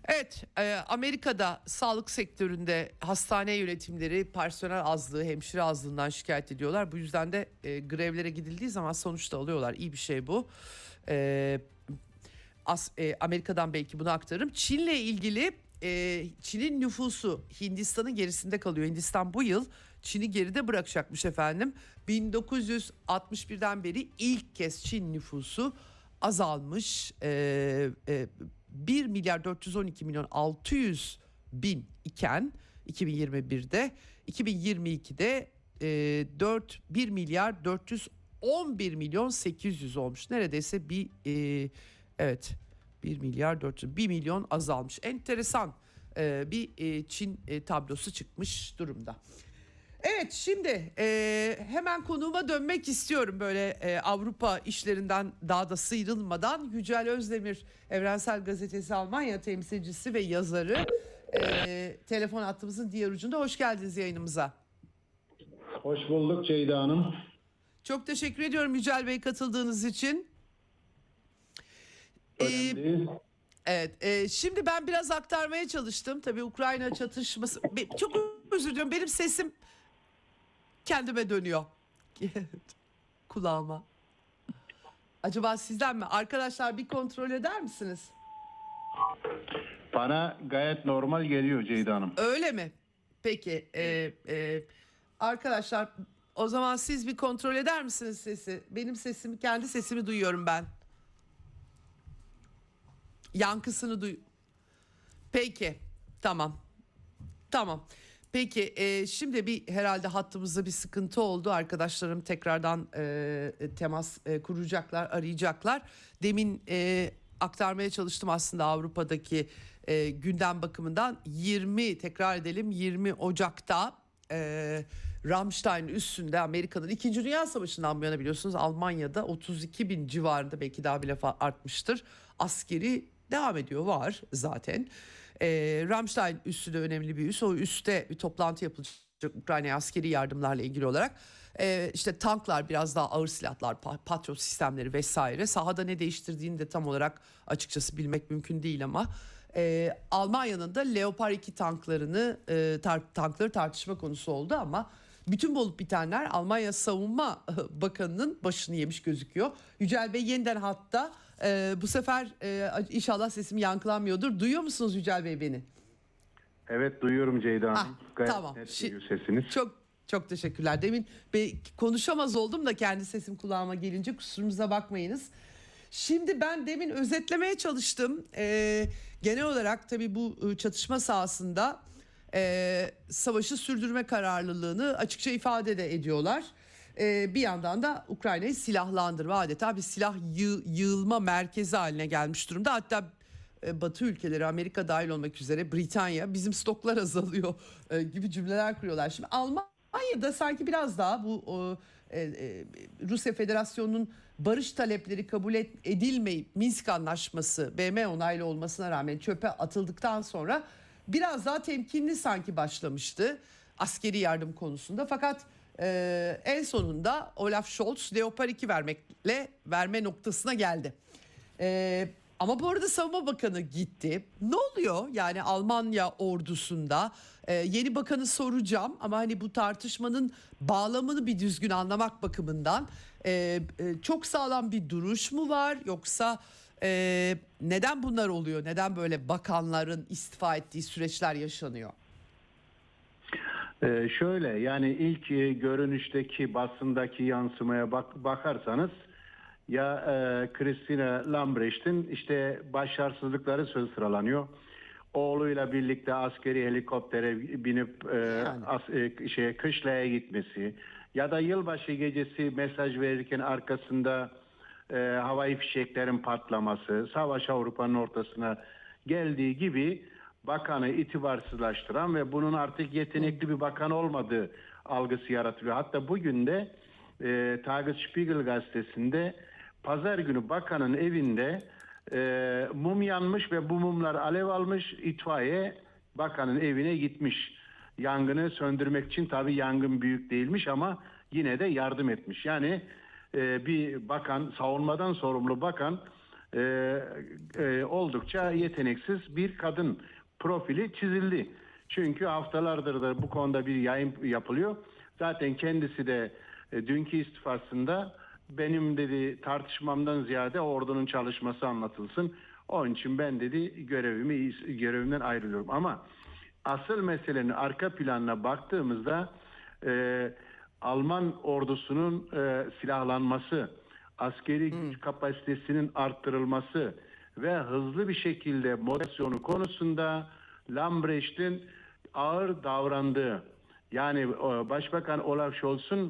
Evet, e, Amerika'da sağlık sektöründe hastane yönetimleri personel azlığı, hemşire azlığından şikayet ediyorlar. Bu yüzden de e, grevlere gidildiği zaman sonuçta alıyorlar. İyi bir şey bu. E, As, e, Amerika'dan belki bunu aktarırım. Çin'le ilgili e, Çin'in nüfusu Hindistan'ın gerisinde kalıyor. Hindistan bu yıl Çin'i geride bırakacakmış efendim. bin dokuz yüz altmış birden beri ilk kez Çin nüfusu azalmış. E, e, bir milyar dört yüz on iki milyon altı yüz bin iken iki bin yirmi birde, iki bin yirmi ikide e, dört bir milyar dört yüz on bir milyon sekiz yüz olmuş. Neredeyse bir e, evet bir milyar dört yüz bir milyon azalmış. Enteresan e, bir e, Çin e, tablosu çıkmış durumda. Evet, şimdi e, hemen konuğuma dönmek istiyorum böyle e, Avrupa işlerinden daha da sıyrılmadan. Yücel Özdemir, Evrensel Gazetesi Almanya temsilcisi ve yazarı, e, telefon hattımızın diğer ucunda. Hoş geldiniz yayınımıza. Hoş bulduk Ceyda Hanım. Çok teşekkür ediyorum Yücel Bey katıldığınız için. Önemli. Ee, Evet, e, şimdi ben biraz aktarmaya çalıştım. Tabii Ukrayna çatışması. Be- Çok özür diliyorum. Benim sesim kendime dönüyor. Kulağıma. Acaba sizden mi? Arkadaşlar bir kontrol eder misiniz? Bana gayet normal geliyor Ceyda Hanım. Öyle mi? Peki. e, e, arkadaşlar o zaman siz bir kontrol eder misiniz sesi? Benim sesimi, kendi sesimi duyuyorum ben. Yankısını duy. Peki. Tamam. Tamam. Peki e, şimdi bir herhalde hattımızda bir sıkıntı oldu. Arkadaşlarım tekrardan e, temas e, kuracaklar, arayacaklar. Demin e, aktarmaya çalıştım aslında Avrupa'daki e, gündem bakımından. yirmi tekrar edelim yirmi Ocak'ta e, Ramstein üssünde Amerika'nın İkinci Dünya Savaşı'ndan bu yana biliyorsunuz Almanya'da otuz iki bin civarında belki daha bile artmıştır. Askeri devam ediyor, var zaten. E, Ramstein üssü de önemli bir üs. O üste bir toplantı yapılacak Ukrayna'ya askeri yardımlarla ilgili olarak. E, işte tanklar, biraz daha ağır silahlar, Patriot sistemleri vesaire. Sahada ne değiştirdiğini de tam olarak açıkçası bilmek mümkün değil ama e, Almanya'nın da Leopard iki tanklarını e, tar- tankları tartışma konusu oldu ama bütün bu olup bitenler Almanya Savunma Bakanı'nın başını yemiş gözüküyor. Yücel Bey yeniden hatta. Ee, bu sefer e, inşallah sesim yankılanmıyordur. Duyuyor musunuz Yücel Bey beni? Evet, duyuyorum Ceyda Hanım. Ah, Gayet tamam. net Şi- geliyor sesiniz. Çok çok teşekkürler. Demin be, konuşamaz oldum da kendi sesim kulağıma gelince kusurumuza bakmayınız. Şimdi ben demin özetlemeye çalıştım. Ee, genel olarak tabii bu çatışma sahasında e, savaşı sürdürme kararlılığını açıkça ifade de ediyorlar. Ee, bir yandan da Ukrayna'yı silahlandırma, adeta bir silah yığ, yığılma merkezi haline gelmiş durumda. Hatta e, Batı ülkeleri, Amerika dahil olmak üzere, Britanya, bizim stoklar azalıyor e, gibi cümleler kuruyorlar. Şimdi Almanya'da sanki biraz daha bu o, e, e, Rusya Federasyonu'nun barış talepleri kabul et, edilmeyip Minsk Anlaşması B M onaylı olmasına rağmen çöpe atıldıktan sonra biraz daha temkinli sanki başlamıştı askeri yardım konusunda. Fakat Ee, en sonunda Olaf Scholz Leopard iki vermekle verme noktasına geldi. Ee, ama bu arada Savunma Bakanı gitti. Ne oluyor yani Almanya ordusunda? Ee, yeni bakanı soracağım ama hani bu tartışmanın bağlamını bir düzgün anlamak bakımından e, e, çok sağlam bir duruş mu var, yoksa e, neden bunlar oluyor? Neden böyle bakanların istifa ettiği süreçler yaşanıyor? Ee, şöyle yani ilk e, görünüşteki basındaki yansımaya bak, bakarsanız ya e, Christine Lambrecht'in işte başarısızlıkları söz sıralanıyor. Oğluyla birlikte askeri helikoptere binip e, Yani. as, e, şeye kışlaya gitmesi ya da yılbaşı gecesi mesaj verirken arkasında e, havai fişeklerin patlaması, savaş Avrupa'nın ortasına geldiği gibi bakanı itibarsızlaştıran ve bunun artık yetenekli bir bakan olmadığı algısı yaratılıyor. Hatta bugün de e, Tagesspiegel gazetesinde pazar günü bakanın evinde e, mum yanmış ve bu mumlar alev almış, itfaiye bakanın evine gitmiş. Yangını söndürmek için, tabii yangın büyük değilmiş ama yine de yardım etmiş. Yani e, bir bakan, savunmadan sorumlu bakan e, e, oldukça yeteneksiz bir kadın profili çizildi. Çünkü haftalardır da bu konuda bir yayın yapılıyor. Zaten kendisi de e, dünkü istifasında benim dedi tartışmamdan ziyade ordunun çalışması anlatılsın. Onun için ben dedi görevimi görevimden ayrılıyorum. Ama asıl meselenin arka planına baktığımızda e, Alman ordusunun e, silahlanması, askeri güç hmm. kapasitesinin arttırılması ve hızlı bir şekilde moderasyonu konusunda Lambrecht'in ağır davrandığı, yani e, Başbakan Olaf Scholz'un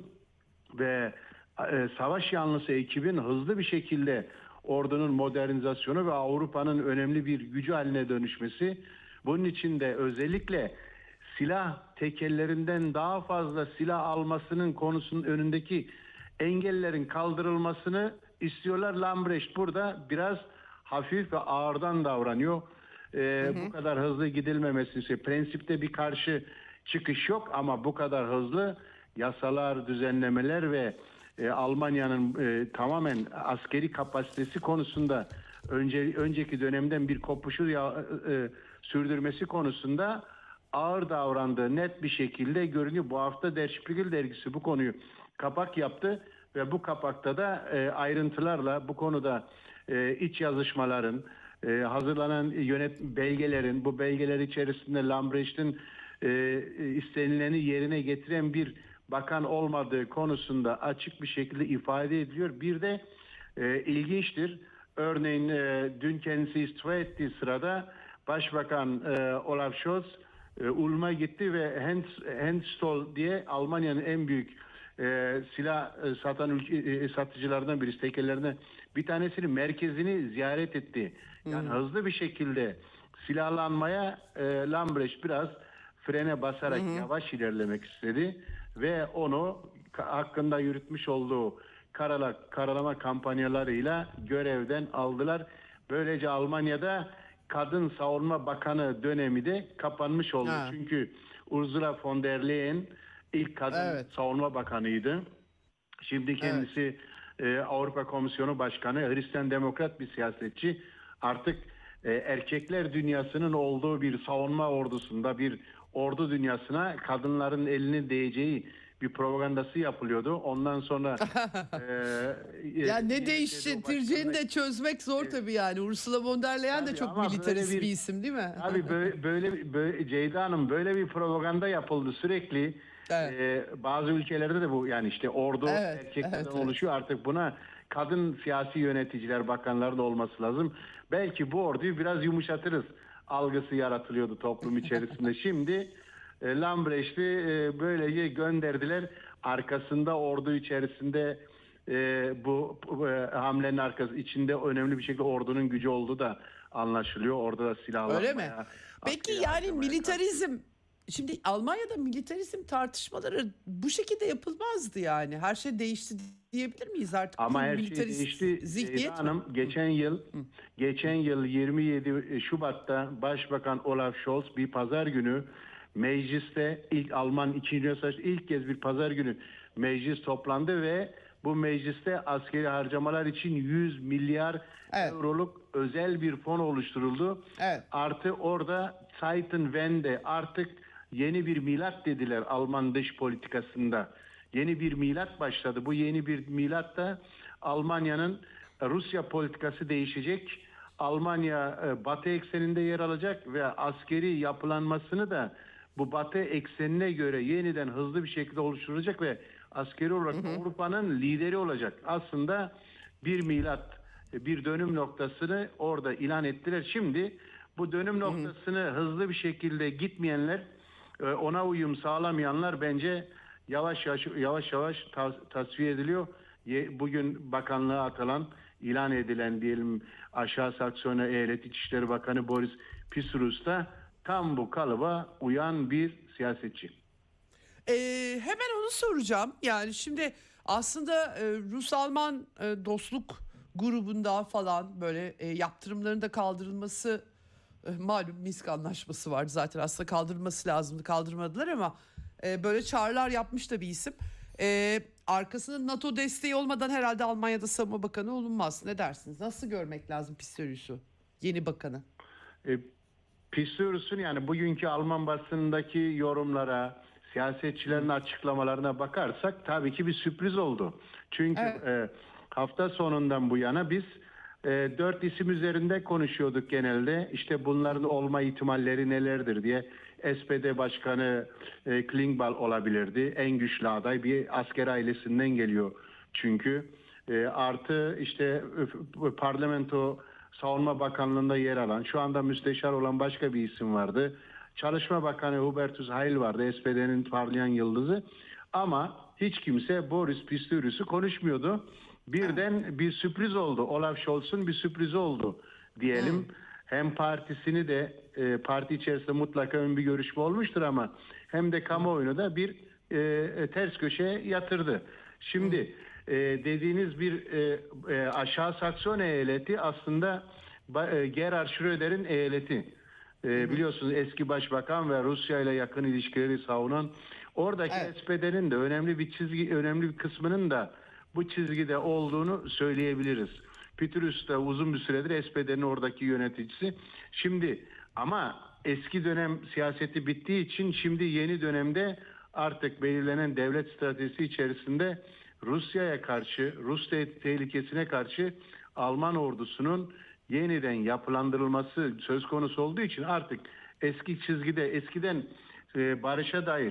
ve e, savaş yanlısı ekibin hızlı bir şekilde ordunun modernizasyonu ve Avrupa'nın önemli bir gücü haline dönüşmesi, bunun için de özellikle silah tekellerinden daha fazla silah almasının konusunun önündeki engellerin kaldırılmasını istiyorlar. Lambrecht burada biraz hafif ve ağırdan davranıyor. Ee, hı hı. Bu kadar hızlı gidilmemesi istiyor. Prensipte bir karşı çıkış yok ama bu kadar hızlı yasalar, düzenlemeler ve e, Almanya'nın e, tamamen askeri kapasitesi konusunda önce önceki dönemden bir kopuşu ya, e, sürdürmesi konusunda ağır davrandığı net bir şekilde görünüyor. Bu hafta Der Spiegel dergisi bu konuyu kapak yaptı ve bu kapakta da e, ayrıntılarla bu konuda e, iç yazışmaların, e, hazırlanan yönet belgelerin, bu belgeler içerisinde Lambrecht'in e, istenileni yerine getiren bir bakan olmadığı konusunda açık bir şekilde ifade ediliyor. Bir de e, ilginçtir. Örneğin e, dün kendisi istifa ettiği sırada Başbakan e, Olaf Scholz e, Ulm'a gitti ve Henstol diye Almanya'nın en büyük e, silah e, satan ülke, e, satıcılarından birisi, tekellerine bir tanesinin merkezini ziyaret etti. Yani hmm. hızlı bir şekilde silahlanmaya e, Lambrecht biraz frene basarak hmm. yavaş ilerlemek istedi ve onu hakkında yürütmüş olduğu karala, karalama kampanyalarıyla görevden aldılar. Böylece Almanya'da Kadın Savunma Bakanı dönemi de kapanmış oldu. Ha. Çünkü Ursula von der Leyen ilk kadın evet. savunma bakanıydı. Şimdi kendisi evet. e, Avrupa Komisyonu Başkanı, Hristiyan Demokrat bir siyasetçi. Artık e, erkekler dünyasının olduğu bir savunma ordusunda, bir ordu dünyasına kadınların elinin değeceği bir propagandası yapılıyordu. Ondan sonra e, ya ne e, değiştireceğini de çözmek zor e, tabii yani. Ursula von der Leyen de çok militarist bir, bir isim değil mi? Abi böyle, böyle, böyle Ceyda Hanım, böyle bir propaganda yapıldı sürekli. Evet. E, bazı ülkelerde de bu, yani işte ordu evet, erkeklerden evet, oluşuyor. Evet. Artık buna kadın siyasi yöneticiler, bakanlar da olması lazım. Belki bu orduyu biraz yumuşatırız algısı yaratılıyordu toplum içerisinde. Şimdi e, Lambrecht'i e, böylece gönderdiler. Arkasında ordu içerisinde e, bu e, hamlenin arkası içinde önemli bir şekilde ordunun gücü olduğu da anlaşılıyor. Orada da silahlanmaya. Öyle mi? Peki yani militarizm karşı. Şimdi Almanya'da militarizm tartışmaları bu şekilde yapılmazdı yani. Her şey değişti diyebilir miyiz artık? Ama her şey değişti. Ceyda Hanım, geçen yıl Hı. geçen yıl yirmi yedi Şubat'ta Başbakan Olaf Scholz bir pazar günü mecliste, ilk Alman ikinci Savaşı ilk kez bir pazar günü meclis toplandı ve bu mecliste askeri harcamalar için yüz milyar evet. euroluk özel bir fon oluşturuldu. Evet. Artı orada Zeitenwende, artık yeni bir milat dediler Alman dış politikasında. Yeni bir milat başladı. Bu yeni bir milatta Almanya'nın Rusya politikası değişecek. Almanya Batı ekseninde yer alacak ve askeri yapılanmasını da bu Batı eksenine göre yeniden hızlı bir şekilde oluşturulacak ve askeri olarak Avrupa'nın lideri olacak. Aslında bir milat, bir dönüm noktasını orada ilan ettiler. Şimdi bu dönüm noktasını hı hı. hızlı bir şekilde gitmeyenler, ona uyum sağlamayanlar bence yavaş yavaş yavaş yavaş tasfiye ediliyor. Bugün bakanlığa atılan, ilan edilen diyelim Aşağı Saksanya Eyalet İçişleri Bakanı Boris Pistorius da tam bu kalıba uyan bir siyasetçi. Ee, hemen onu soracağım. Yani şimdi aslında e, Rus-Alman e, dostluk grubunda falan böyle e, yaptırımların da kaldırılması, e, malum Minsk Anlaşması vardı zaten, aslında kaldırılması lazımdı, kaldırmadılar ama e, böyle çağrılar yapmış da bir isim. Ee, arkasında NATO desteği olmadan herhalde Almanya'da savunma bakanı olunmaz. Ne dersiniz? Nasıl görmek lazım Pistorius'u? Yeni bakanı. E, Pistorius'un yani bugünkü Alman basınındaki yorumlara, siyasetçilerin açıklamalarına bakarsak tabii ki bir sürpriz oldu. Çünkü Evet. e, hafta sonundan bu yana biz e, dört isim üzerinde konuşuyorduk genelde. İşte bunların olma ihtimalleri nelerdir diye. S P D Başkanı e, Klingbeil olabilirdi. En güçlü aday, bir asker ailesinden geliyor çünkü. E, artı işte e, parlamento Savunma Bakanlığı'nda yer alan, şu anda müsteşar olan başka bir isim vardı. Çalışma Bakanı Hubertus Heil vardı, S P D'nin parlayan yıldızı. Ama hiç kimse Boris Pistorius'u konuşmuyordu. Birden bir sürpriz oldu. Olaf Scholz'un bir sürprizi oldu diyelim. Hmm. Hem partisini de e, parti içerisinde mutlaka ön bir görüşme olmuştur ama hem de kamuoyunu da bir e, ters köşeye yatırdı. Şimdi hmm. e, dediğiniz bir e, e, aşağı Sakson eyaleti aslında e, Gerhard Schröder'in eyaleti. E, biliyorsunuz eski başbakan ve Rusya ile yakın ilişkileri savunan, oradaki evet. S P D'nin de önemli bir çizgi, önemli bir kısmının da bu çizgide olduğunu söyleyebiliriz. Pistorius da uzun bir süredir S P D'nin oradaki yöneticisi. Şimdi ama eski dönem siyaseti bittiği için şimdi yeni dönemde artık belirlenen devlet stratejisi içerisinde Rusya'ya karşı, Rus tehlikesine karşı Alman ordusunun yeniden yapılandırılması söz konusu olduğu için artık eski çizgide, eskiden e, barışa dair,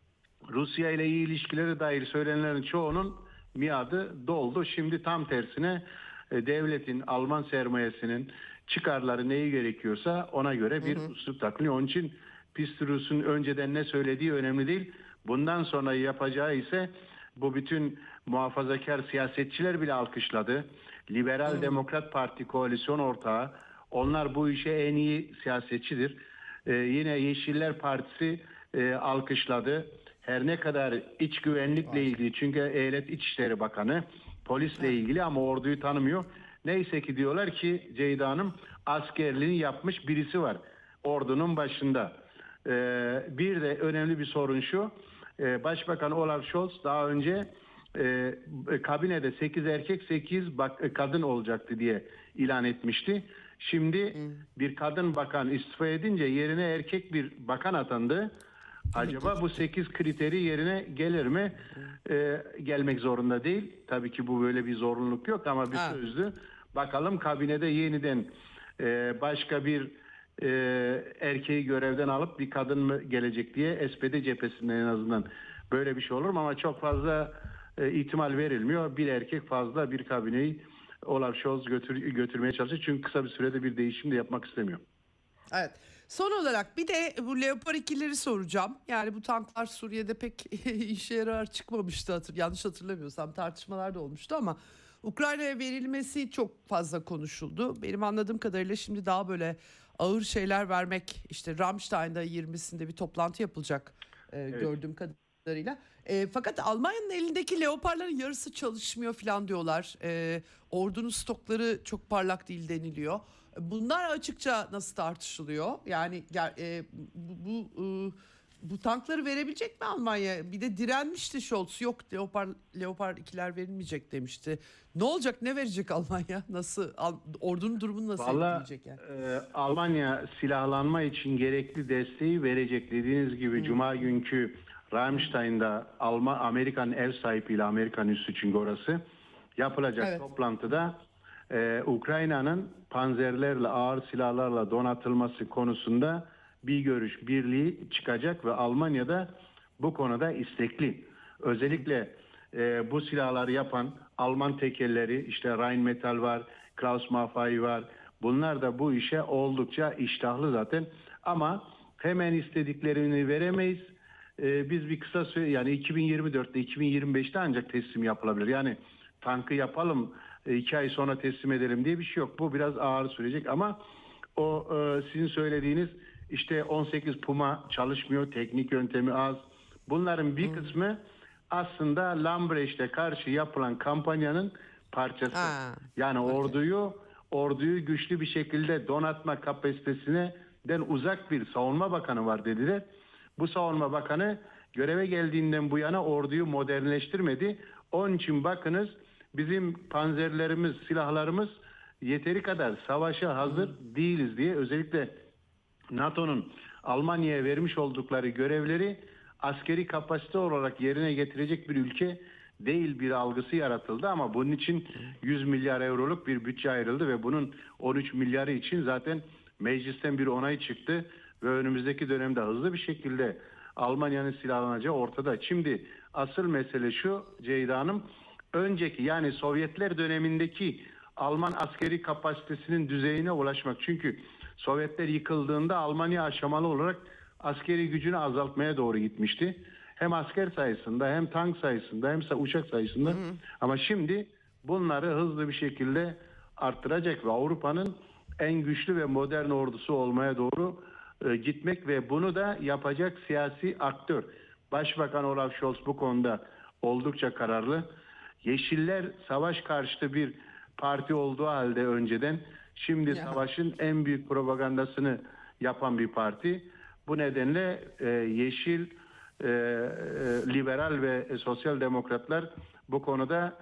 Rusya ile iyi ilişkileri dair söylenenlerin çoğunun miadı doldu. Şimdi tam tersine e, devletin, Alman sermayesinin çıkarları neyi gerekiyorsa ona göre bir üslup takılıyor. Onun için Pistorius'un önceden ne söylediği önemli değil. Bundan sonra yapacağı ise bu bütün muhafazakar siyasetçiler bile alkışladı. Liberal hmm. Demokrat Parti koalisyon ortağı. Onlar bu işe en iyi siyasetçidir. Ee, yine Yeşiller Partisi e, alkışladı. Her ne kadar iç güvenlikle ilgili, çünkü Eyalet İçişleri Bakanı polisle hmm. ilgili ama orduyu tanımıyor. Neyse ki diyorlar ki Ceyda Hanım, askerliğini yapmış birisi var ordunun başında. Ee, bir de önemli bir sorun şu. Ee, Başbakan Olaf Scholz daha önce e, kabinede sekiz erkek sekiz bak, kadın olacaktı diye ilan etmişti. Şimdi hmm. bir kadın bakan istifa edince yerine erkek bir bakan atandı. Acaba bu sekiz kriteri yerine gelir mi? Ee, gelmek zorunda değil. Tabii ki bu böyle bir zorunluluk yok ama bir ha. sözlü. Bakalım kabinede yeniden e, başka bir e, erkeği görevden alıp bir kadın mı gelecek diye S P D cephesinden en azından böyle bir şey olur mu? Ama çok fazla e, ihtimal verilmiyor. Bir erkek fazla bir kabineyi Olaf Scholz götür, götürmeye çalışıyor. Çünkü kısa bir sürede bir değişim de yapmak istemiyor. Evet. Son olarak bir de bu Leopard ikileri soracağım. Yani bu tanklar Suriye'de pek işe yarar çıkmamıştı. Hatır, yanlış hatırlamıyorsam tartışmalar da olmuştu ama Ukrayna'ya verilmesi çok fazla konuşuldu. Benim anladığım kadarıyla şimdi daha böyle ağır şeyler vermek, işte Ramstein'da yirmisinde bir toplantı yapılacak e, evet. gördüğüm kadarıyla. E, fakat Almanya'nın elindeki Leopard'ların yarısı çalışmıyor falan diyorlar. E, ordunun stokları çok parlak değil deniliyor. Bunlar açıkça nasıl tartışılıyor? Yani e, bu, bu, e, bu tankları verebilecek mi Almanya? Bir de direnmişti Scholz. Yok Leopard, Leopard ikiler verilmeyecek demişti. Ne olacak? Ne verecek Almanya? Nasıl? Ordunun durumunu nasıl etkileyecek yani? E, Almanya silahlanma için gerekli desteği verecek. Dediğiniz gibi hmm. Cuma günkü Ramstein'da Alman, Amerikan ev sahibiyle Amerikan üssü çünkü orası yapılacak evet. toplantıda Ee, Ukrayna'nın panzerlerle, ağır silahlarla donatılması konusunda bir görüş birliği çıkacak ve Almanya'da bu konuda istekli. Özellikle e, bu silahları yapan Alman tekelleri, işte Rheinmetall var, Krauss-Maffei var. Bunlar da bu işe oldukça iştahlı zaten. Ama hemen istediklerini veremeyiz. Ee, biz bir kısa süre, yani iki bin yirmi dörtte iki bin yirmi beşte ancak teslim yapılabilir. Yani tankı yapalım, iki ay sonra teslim edelim diye bir şey yok. Bu biraz ağır sürecek ama o e, sizin söylediğiniz işte on sekiz Puma çalışmıyor, teknik yöntemi az. Bunların bir kısmı aslında Lambrecht'e karşı yapılan kampanyanın parçası. Ha, yani okay. orduyu orduyu güçlü bir şekilde donatma kapasitesine den uzak bir savunma bakanı var dediler. Bu savunma bakanı göreve geldiğinden bu yana orduyu modernleştirmedi. Onun için bakınız bizim panzerlerimiz, silahlarımız yeteri kadar savaşa hazır değiliz diye özellikle NATO'nun Almanya'ya vermiş oldukları görevleri askeri kapasite olarak yerine getirecek bir ülke değil bir algısı yaratıldı ama bunun için yüz milyar euroluk bir bütçe ayrıldı ve bunun on üç milyarı için zaten meclisten bir onay çıktı ve önümüzdeki dönemde hızlı bir şekilde Almanya'nın silahlanacağı ortada. Şimdi asıl mesele şu Ceyda Hanım, önceki yani Sovyetler dönemindeki Alman askeri kapasitesinin düzeyine ulaşmak. Çünkü Sovyetler yıkıldığında Almanya aşamalı olarak askeri gücünü azaltmaya doğru gitmişti. Hem asker sayısında hem tank sayısında hem uçak sayısında. Hı hı. Ama şimdi bunları hızlı bir şekilde arttıracak ve Avrupa'nın en güçlü ve modern ordusu olmaya doğru e, gitmek ve bunu da yapacak siyasi aktör. Başbakan Olaf Scholz bu konuda oldukça kararlı. Yeşiller savaş karşıtı bir parti olduğu halde önceden şimdi ya. Savaşın en büyük propagandasını yapan bir parti. Bu nedenle e, yeşil, e, e, liberal ve e, sosyal demokratlar bu konuda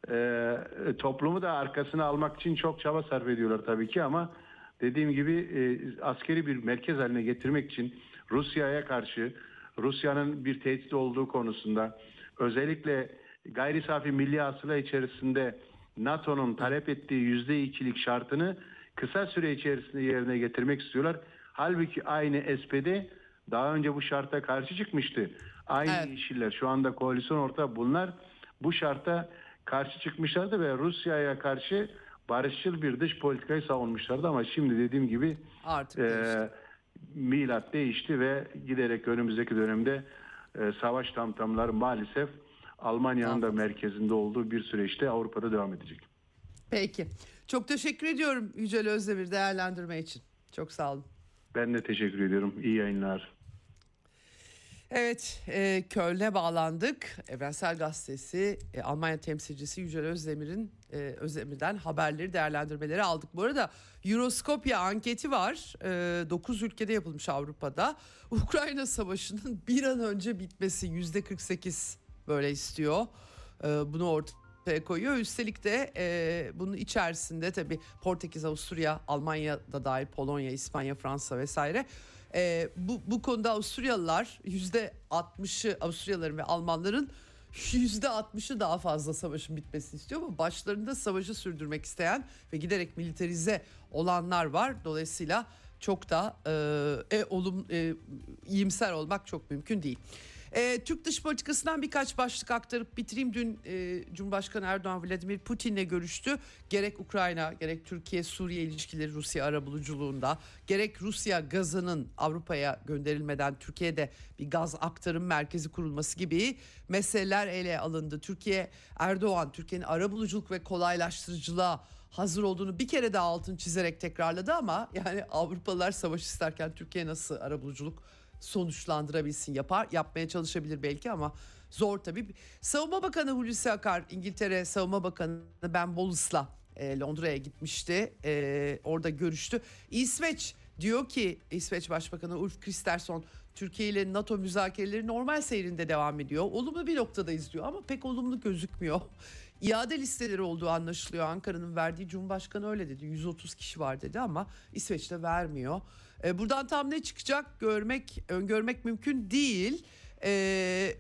e, toplumu da arkasına almak için çok çaba sarf ediyorlar tabii ki ama dediğim gibi e, askeri bir merkez haline getirmek için Rusya'ya karşı Rusya'nın bir tehdit olduğu konusunda özellikle gayri safi milli hasıla içerisinde NATO'nun talep ettiği yüzde ikilik şartını kısa süre içerisinde yerine getirmek istiyorlar. Halbuki aynı S P D daha önce bu şarta karşı çıkmıştı. Aynı evet. Yeşiller şu anda koalisyon ortağı bunlar bu şarta karşı çıkmışlardı ve Rusya'ya karşı barışçıl bir dış politikayı savunmuşlardı ama şimdi dediğim gibi artık e, milat değişti ve giderek önümüzdeki dönemde e, savaş tamtamları maalesef Almanya'nın da merkezinde olduğu bir süreçte Avrupa'da devam edecek. Peki. Çok teşekkür ediyorum Yücel Özdemir değerlendirme için. Çok sağ olun. Ben de teşekkür ediyorum. İyi yayınlar. Evet, e, Köln'e bağlandık. Evrensel Gazetesi e, Almanya temsilcisi Yücel Özdemir'in e, Özdemir'den haberleri, değerlendirmeleri aldık. Bu arada Euroskopya anketi var. E, dokuz ülkede yapılmış Avrupa'da. Ukrayna Savaşı'nın bir an önce bitmesi yüzde kırk sekiz böyle istiyor. E, bunu ortaya koyuyor. Üstelik de e, bunun içerisinde tabii Portekiz, Avusturya, Almanya da dahil, Polonya, İspanya, Fransa vesaire. Ee, bu, bu konuda Avusturyalılar yüzde altmışı Avusturyalıların ve Almanların yüzde altmışı daha fazla savaşın bitmesini istiyor ama başlarında savaşı sürdürmek isteyen ve giderek militarize olanlar var. Dolayısıyla çok da e, e, olum e, iyimser olmak çok mümkün değil. E, Türk dış politikasından birkaç başlık aktarıp bitireyim. Dün e, Cumhurbaşkanı Erdoğan Vladimir Putin'le görüştü. Gerek Ukrayna, gerek Türkiye-Suriye ilişkileri Rusya arabuluculuğunda, gerek Rusya gazının Avrupa'ya gönderilmeden Türkiye'de bir gaz aktarım merkezi kurulması gibi meseleler ele alındı. Türkiye, Erdoğan, Türkiye'nin arabuluculuk ve kolaylaştırıcılığa hazır olduğunu bir kere daha altını çizerek tekrarladı ama yani Avrupalılar savaş isterken Türkiye nasıl arabuluculuk sonuçlandırabilsin, yapar, yapmaya çalışabilir belki ama zor tabii. Savunma Bakanı Hulusi Akar, İngiltere Savunma Bakanı Ben Wallace'la e, Londra'ya gitmişti. E, orada görüştü. İsveç diyor ki, İsveç Başbakanı Ulf Kristersson, Türkiye ile NATO müzakereleri normal seyrinde devam ediyor. Olumlu bir noktadayız diyor ama pek olumlu gözükmüyor. İade listeleri olduğu anlaşılıyor. Ankara'nın verdiği, Cumhurbaşkanı öyle dedi. yüz otuz kişi var dedi ama İsveç'te vermiyor. E, buradan tam ne çıkacak görmek, öngörmek mümkün değil. E,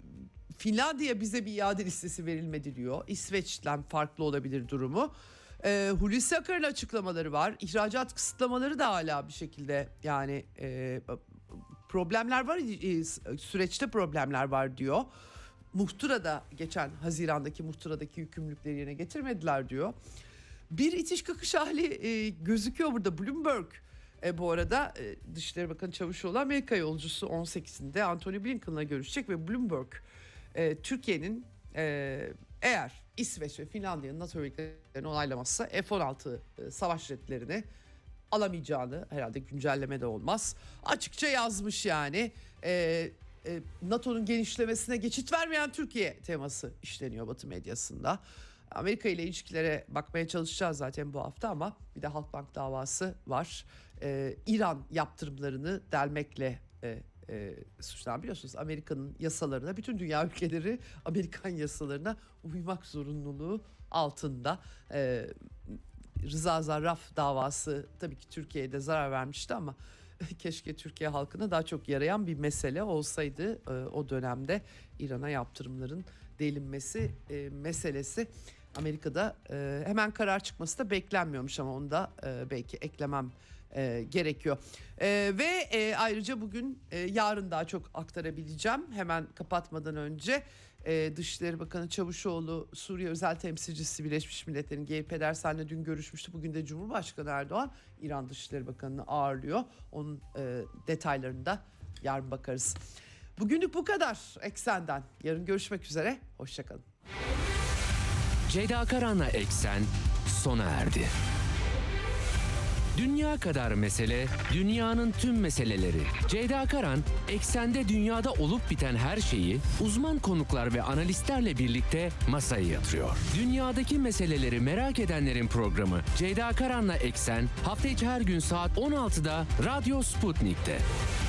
Finlandiya bize bir iade listesi verilmedi diyor. İsveç'ten farklı olabilir durumu. E, Hulusi Akar'ın açıklamaları var. İhracat kısıtlamaları da hala bir şekilde yani e, problemler var. E, süreçte problemler var diyor. Muhtıra'da geçen Haziran'daki muhtıradaki yükümlülükleri yerine getirmediler diyor. Bir itiş kakış hali e, gözüküyor burada. Bloomberg e, bu arada e, Dışişleri Bakanı Çavuşoğlu Amerika yolcusu on sekizinde Antony Blinken'la görüşecek ve Bloomberg e, Türkiye'nin e, eğer İsveç ve Finlandiya'nın NATO üyelerini onaylamazsa F on altı e, savaş jetlerini alamayacağını, herhalde güncelleme de olmaz, açıkça yazmış yani. E, e, NATO'nun genişlemesine geçit vermeyen Türkiye teması işleniyor Batı medyasında. Amerika ile ilişkilere bakmaya çalışacağız zaten bu hafta ama bir de Halkbank davası var. Ee, İran yaptırımlarını delmekle e, e, suçlanan, biliyorsunuz Amerika'nın yasalarına, bütün dünya ülkeleri Amerikan yasalarına uymak zorunluluğu altında. E, Rıza Zarrab davası tabii ki Türkiye'de zarar vermişti ama keşke Türkiye halkına daha çok yarayan bir mesele olsaydı. E, o dönemde İran'a yaptırımların delinmesi e, meselesi Amerika'da e, hemen karar çıkması da beklenmiyormuş ama onu da e, belki eklemem e, gerekiyor. E, ve e, ayrıca bugün e, yarın daha çok aktarabileceğim. Hemen kapatmadan önce e, Dışişleri Bakanı Çavuşoğlu Suriye Özel Temsilcisi Birleşmiş Milletler'in Geir Pedersen'le dün görüşmüştü. Bugün de Cumhurbaşkanı Erdoğan İran Dışişleri Bakanı'nı ağırlıyor. Onun e, detaylarını da yarın bakarız. Bugünlük bu kadar Eksen'den. Yarın görüşmek üzere. Hoşçakalın. Ceyda Karan'la Eksen sona erdi. Dünya kadar mesele, dünyanın tüm meseleleri. Ceyda Karan, Eksen'de dünyada olup biten her şeyi uzman konuklar ve analistlerle birlikte masaya yatırıyor. Dünyadaki meseleleri merak edenlerin programı Ceyda Karan'la Eksen hafta içi her gün saat on altıda Radyo Sputnik'te.